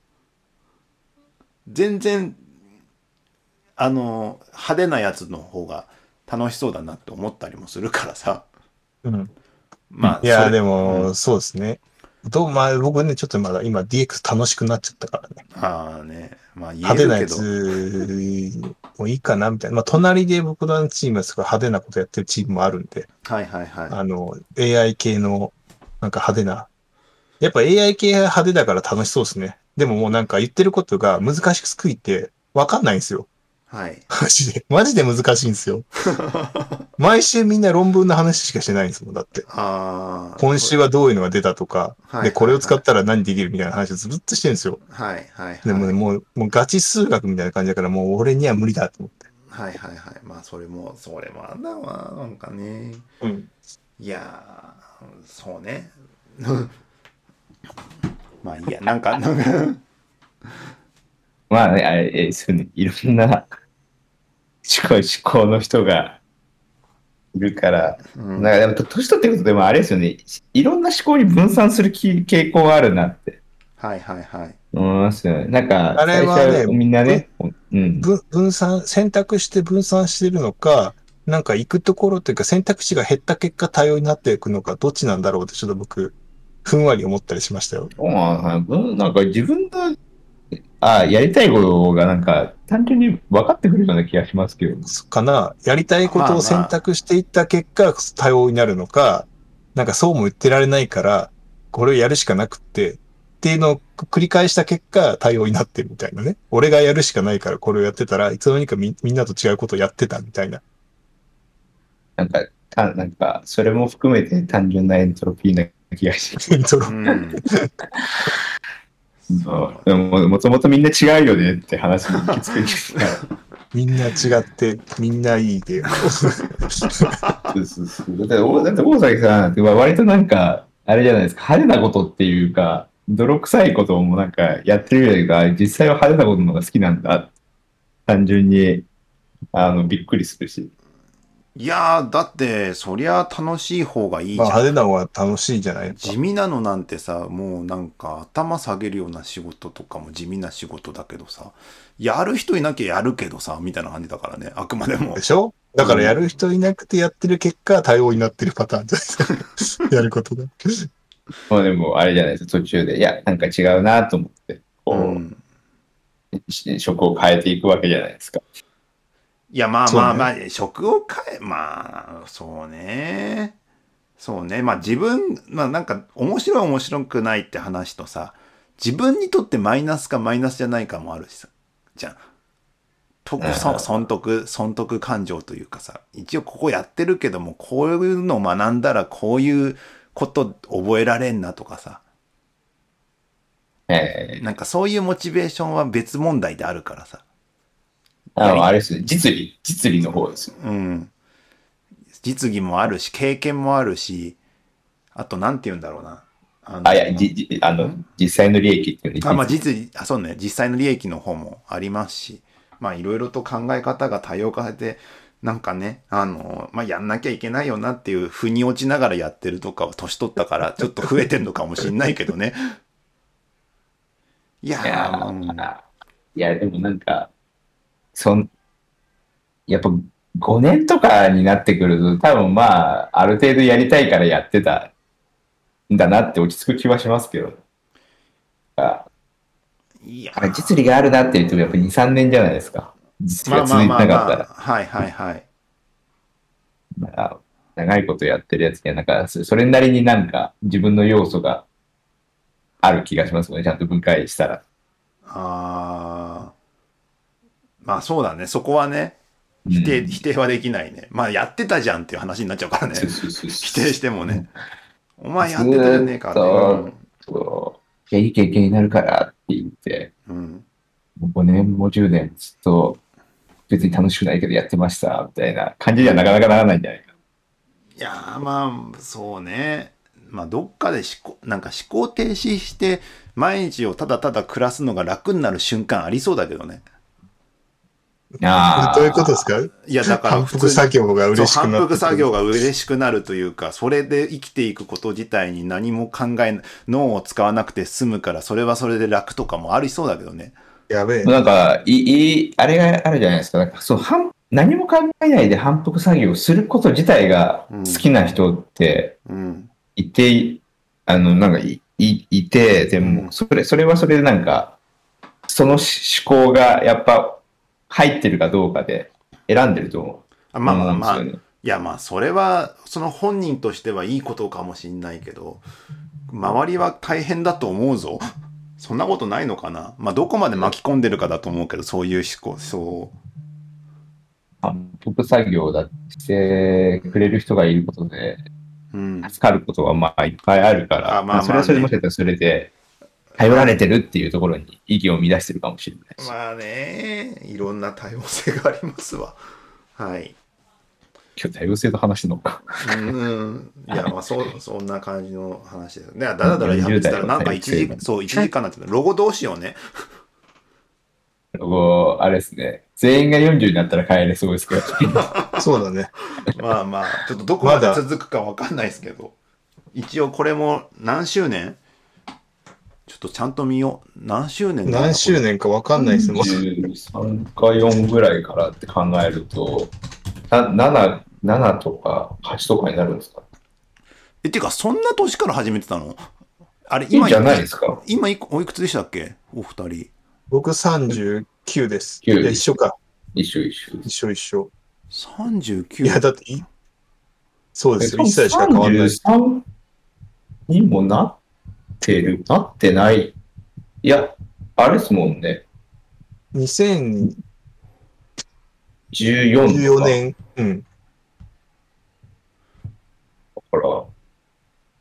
全然あの派手なやつの方が楽しそうだなって思ったりもするからさ、 うん、まあいやでも、うん、そうですねとまあ僕ねちょっとまだ今 ディーエックス 楽しくなっちゃったからねああねまあ言えるけど派手なやつもういいかなみたいな。まあ、隣で僕のチームはすごい派手なことやってるチームもあるんで。 はいはいはい。 あの、エーアイ 系の、なんか派手な。やっぱ エーアイ 系派手だから楽しそうですね。でももうなんか言ってることが難しくすぎて分かんないんですよ。 はい。 マジで。マジで難しいんですよ。毎週みんな論文の話しかしてないんですもん、だって。あ今週はどういうのが出たとか、はい、で、これを使ったら何できるみたいな話をずっとしてるんですよ。 はいはい、はい。 でもね、もう、もうガチ数学みたいな感じだから、もう俺には無理だと思って。 はいはいはい。まあ、それも、それもあんだわ、なんかね。うん。いやー、そうね。まあいいや、なんか、なんかまあね、あれ、そうね、いろんな思考、思考の人がいるから、うん、なんかでも年取っていくとでもあれですよね、いろんな思考に分散する傾向があるなって。 はいはいはい。 思いますよね。なんか、最初はみんなね、 うん、分散、選択して分散してるのか、なんか行くところというか選択肢が減った結果多様になっていくのか、どっちなんだろうってちょっと僕、ふんわり思ったりしましたよ。 なんか自分のあやりたいことがなんか単純に分かってくるような気がしますけど。 かな。やりたいことを選択していった結果、多様になるのか、なんかそうも言ってられないから、これをやるしかなくって、っていうのを繰り返した結果、多様になってるみたいなね。俺がやるしかないからこれをやってたらいつの間にか み, みんなと違うことをやってたみたいな。 なんか、たなんかそれも含めて単純なエントロピーな気がして。 エントロうん、 そうでももともとみんな違うよねって話に行き着くんですから。 みんな違って、みんないいゲーム。 そうそうそうだって、だって大崎さんって割となんか、あれじゃないですか、派手なことっていうか、泥臭いこともなんかやってるよりか、実際は派手なことの方が好きなんだ。単純に、あの、びっくりするし。 いやー、だって、そりゃ楽しい方がいいじゃん。 まあ、派手な方が楽しいじゃないですか。 地味なのなんてさ、もうなんか頭下げるような仕事とかも地味な仕事だけどさ、やる人いなきゃやるけどさ、みたいな感じだからね、あくまでも。 でしょ？だからやる人いなくてやってる結果、多様になってるパターンじゃないですか。やることが。 まあでも、あれじゃないですか、途中で、いや、なんか違うなと思って、こう、 うん、 職を変えていくわけじゃないですか。 いや、まあまあまあ、ね、職を変え、まあ、そうね。そうね。まあ自分、まあなんか面白い面白くないって話とさ、自分にとってマイナスかマイナスじゃないかもあるしさ。じゃん。とそ損得、損得感情というかさ、一応ここやってるけども、こういうのを学んだらこういうこと覚えられんなとかさ。 えー、 なんかそういうモチベーションは別問題であるからさ。 あの、あれですね、実利、実利の方ですよ。 うん。実技もあるし、経験もあるし、あとなんて言うんだろうな。 あの、あいや、じ、じ、あの、実際の利益っていうのあ、まあ実利、あ、そうね、実際の利益の方もありますし、まあいろいろと考え方が多様化で、なんかね、あの、まあやんなきゃいけないよなっていう腑に落ちながらやってるとかは年取ったからちょっと増えてんのかもしんないけどね。いやー、 いやうん、 ー、いや、でもなんか、そん、やっぱごねんとかになってくると、多分まあ、ある程度やりたいからやってたんだなって落ち着く気はしますけど。 いや実利があるなって言うと、やっぱに、さんねんじゃないですか。実利が続いてなかったら。 はいはいはい。 なんか長いことやってるやつには、なんか、それなりになんか自分の要素がある気がしますね。ちゃんと分解したら。 あー、まあそうだね。そこはね、否定、 うん、 否定はできないね。まあやってたじゃんっていう話になっちゃうからね。 そうそうそう否定してもね。お前ずやってたじゃねえかって。 ーっと、いやいい経験になるからって言って、 うん。 もうごねんもじゅうねんずっと別に楽しくないけどやってましたみたいな感じにはなかなかならないんじゃないか。 いやーまあ、そうね。まあどっかで思考、なんか思考停止して毎日をただただ暮らすのが楽になる瞬間ありそうだけどね。 あどういうことですか？ いやだから反復作業が嬉しくなる。 反復作業が嬉しくなるというか、それで生きていくこと自体に何も考え、脳を使わなくて済むから、それはそれで楽とかもありそうだけどね。 やべえ。 なんか、いい、あれがあるじゃないですか。なんかそう反何も考えないで反復作業すること自体が好きな人っていて、うんうん、あの、なんかい、い、いて、でも、それ、それはそれでなんか、その思考がやっぱ入ってるかどうかで選んでると思う。 あまあまあまあ、いやまあ、それは、その本人としてはいいことかもしんないけど、周りは大変だと思うぞ。そんなことないのかな。まあ、どこまで巻き込んでるかだと思うけど、そういう思考、そう。 反復作業だってしてくれる人がいることで、助かることはまあいっぱいあるから、うん、まあまあまあね、それはそれもしかしたらそれで、頼られてるっていうところに意義を見出してるかもしれないし。 まあね、いろんな多様性がありますわ。はい。 今日多様性の話のか。 うん。いや、まあそ、そんな感じの話です。ね、だらだらやってたらなんか一時、そう、一時間なんてロゴどうしようね。 ロゴ、あれですね。全員がよんじゅうになったら帰れそうですけど。 そうだね。 まあまあ、ちょっとどこまで続くかわかんないですけど。一応これも何周年ちょっとちゃんと見よう。何周年何周年かわかんないですもん。 じゅうさんかよんぐらいからって考えると、なな、ななとかはちとかになるんですか？ え、てか、そんな年から始めてたの？あれ、今いいじゃないですか。 今、おいくつでしたっけお二人。 僕さんじゅうきゅうです。 きゅういや、一緒か。 一緒一緒。 一緒一緒。 さんじゅうきゅう。 いや、だってい、そうですよ。 えいっさいしか変わんない。 さんじゅうさんにもなってるなってない。いや、あれですもんね。 にせんじゅうよんじゅうよとか。 ねん。うん。 だから、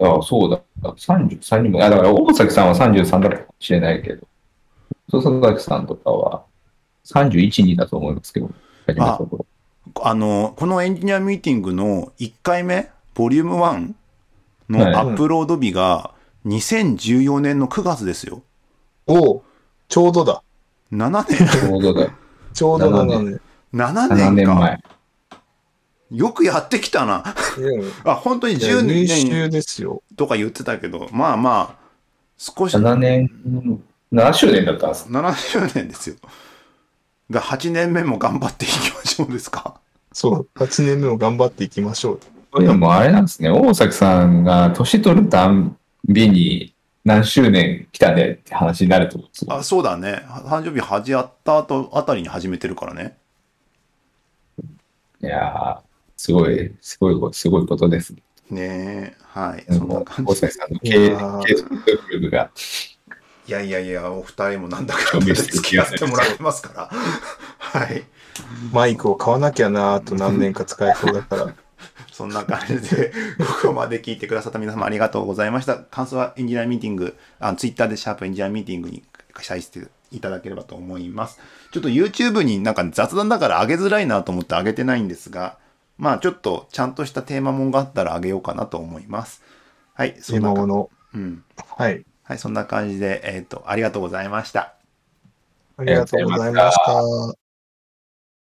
ああ、そうだ。さんじゅうさんにも、あ、だから大崎さんはさんじゅうさんだったかもしれないけど、佐々木さんとかはさんじゅういち、にだと思いますけど、始めたあ、 頃。 あの、このエンジニアミーティングのいっかいめ、ボリュームいちはいのアップロード日がにせんじゅうよねんのくがつですよ。 おう、ちょうどだ。 ななねん。 ちょうどだ。 ちょうどななねん。 7 7 年か。 年前。 よくやってきたな。あ、本当に10 優秀年ですよ。 とか言ってたけど、まあまあ、少し、 ななねん、ななしゅうねんだったんです。 ななしゅうねんですよ。がはちねんめも頑張っていきましょうですか。 そう、はちねんめも頑張っていきましょう。 でもあれなんですね、大崎さんが年取るたんびに何周年来たねって話になるってことですか。 あ、そうだね。誕生日始まった後あたりに始めてるからね。 いやー、すごい、すごい、すごいことですね。 ねえ、はい。そんな感じ。 大崎さんのい経営やー継続力が。 いやいやいや、お二人もなんだかんだで付き合ってもらってますから。はい。 マイクを買わなきゃなーと何年か使えそうだから。 そんな感じで、ここまで聞いてくださった皆様ありがとうございました。感想はエンジニアミーティング、あツイッターでシャープエンジニアミーティングに記載していただければと思います。ちょっと YouTube になんか雑談だから上げづらいなと思って上げてないんですが、まあちょっとちゃんとしたテーマもんがあったら上げようかなと思います。はい、そんな感じ。 今の。 うん。 はい。 はい、そんな感じで、えっと、ありがとうございました。 ありがとうございました。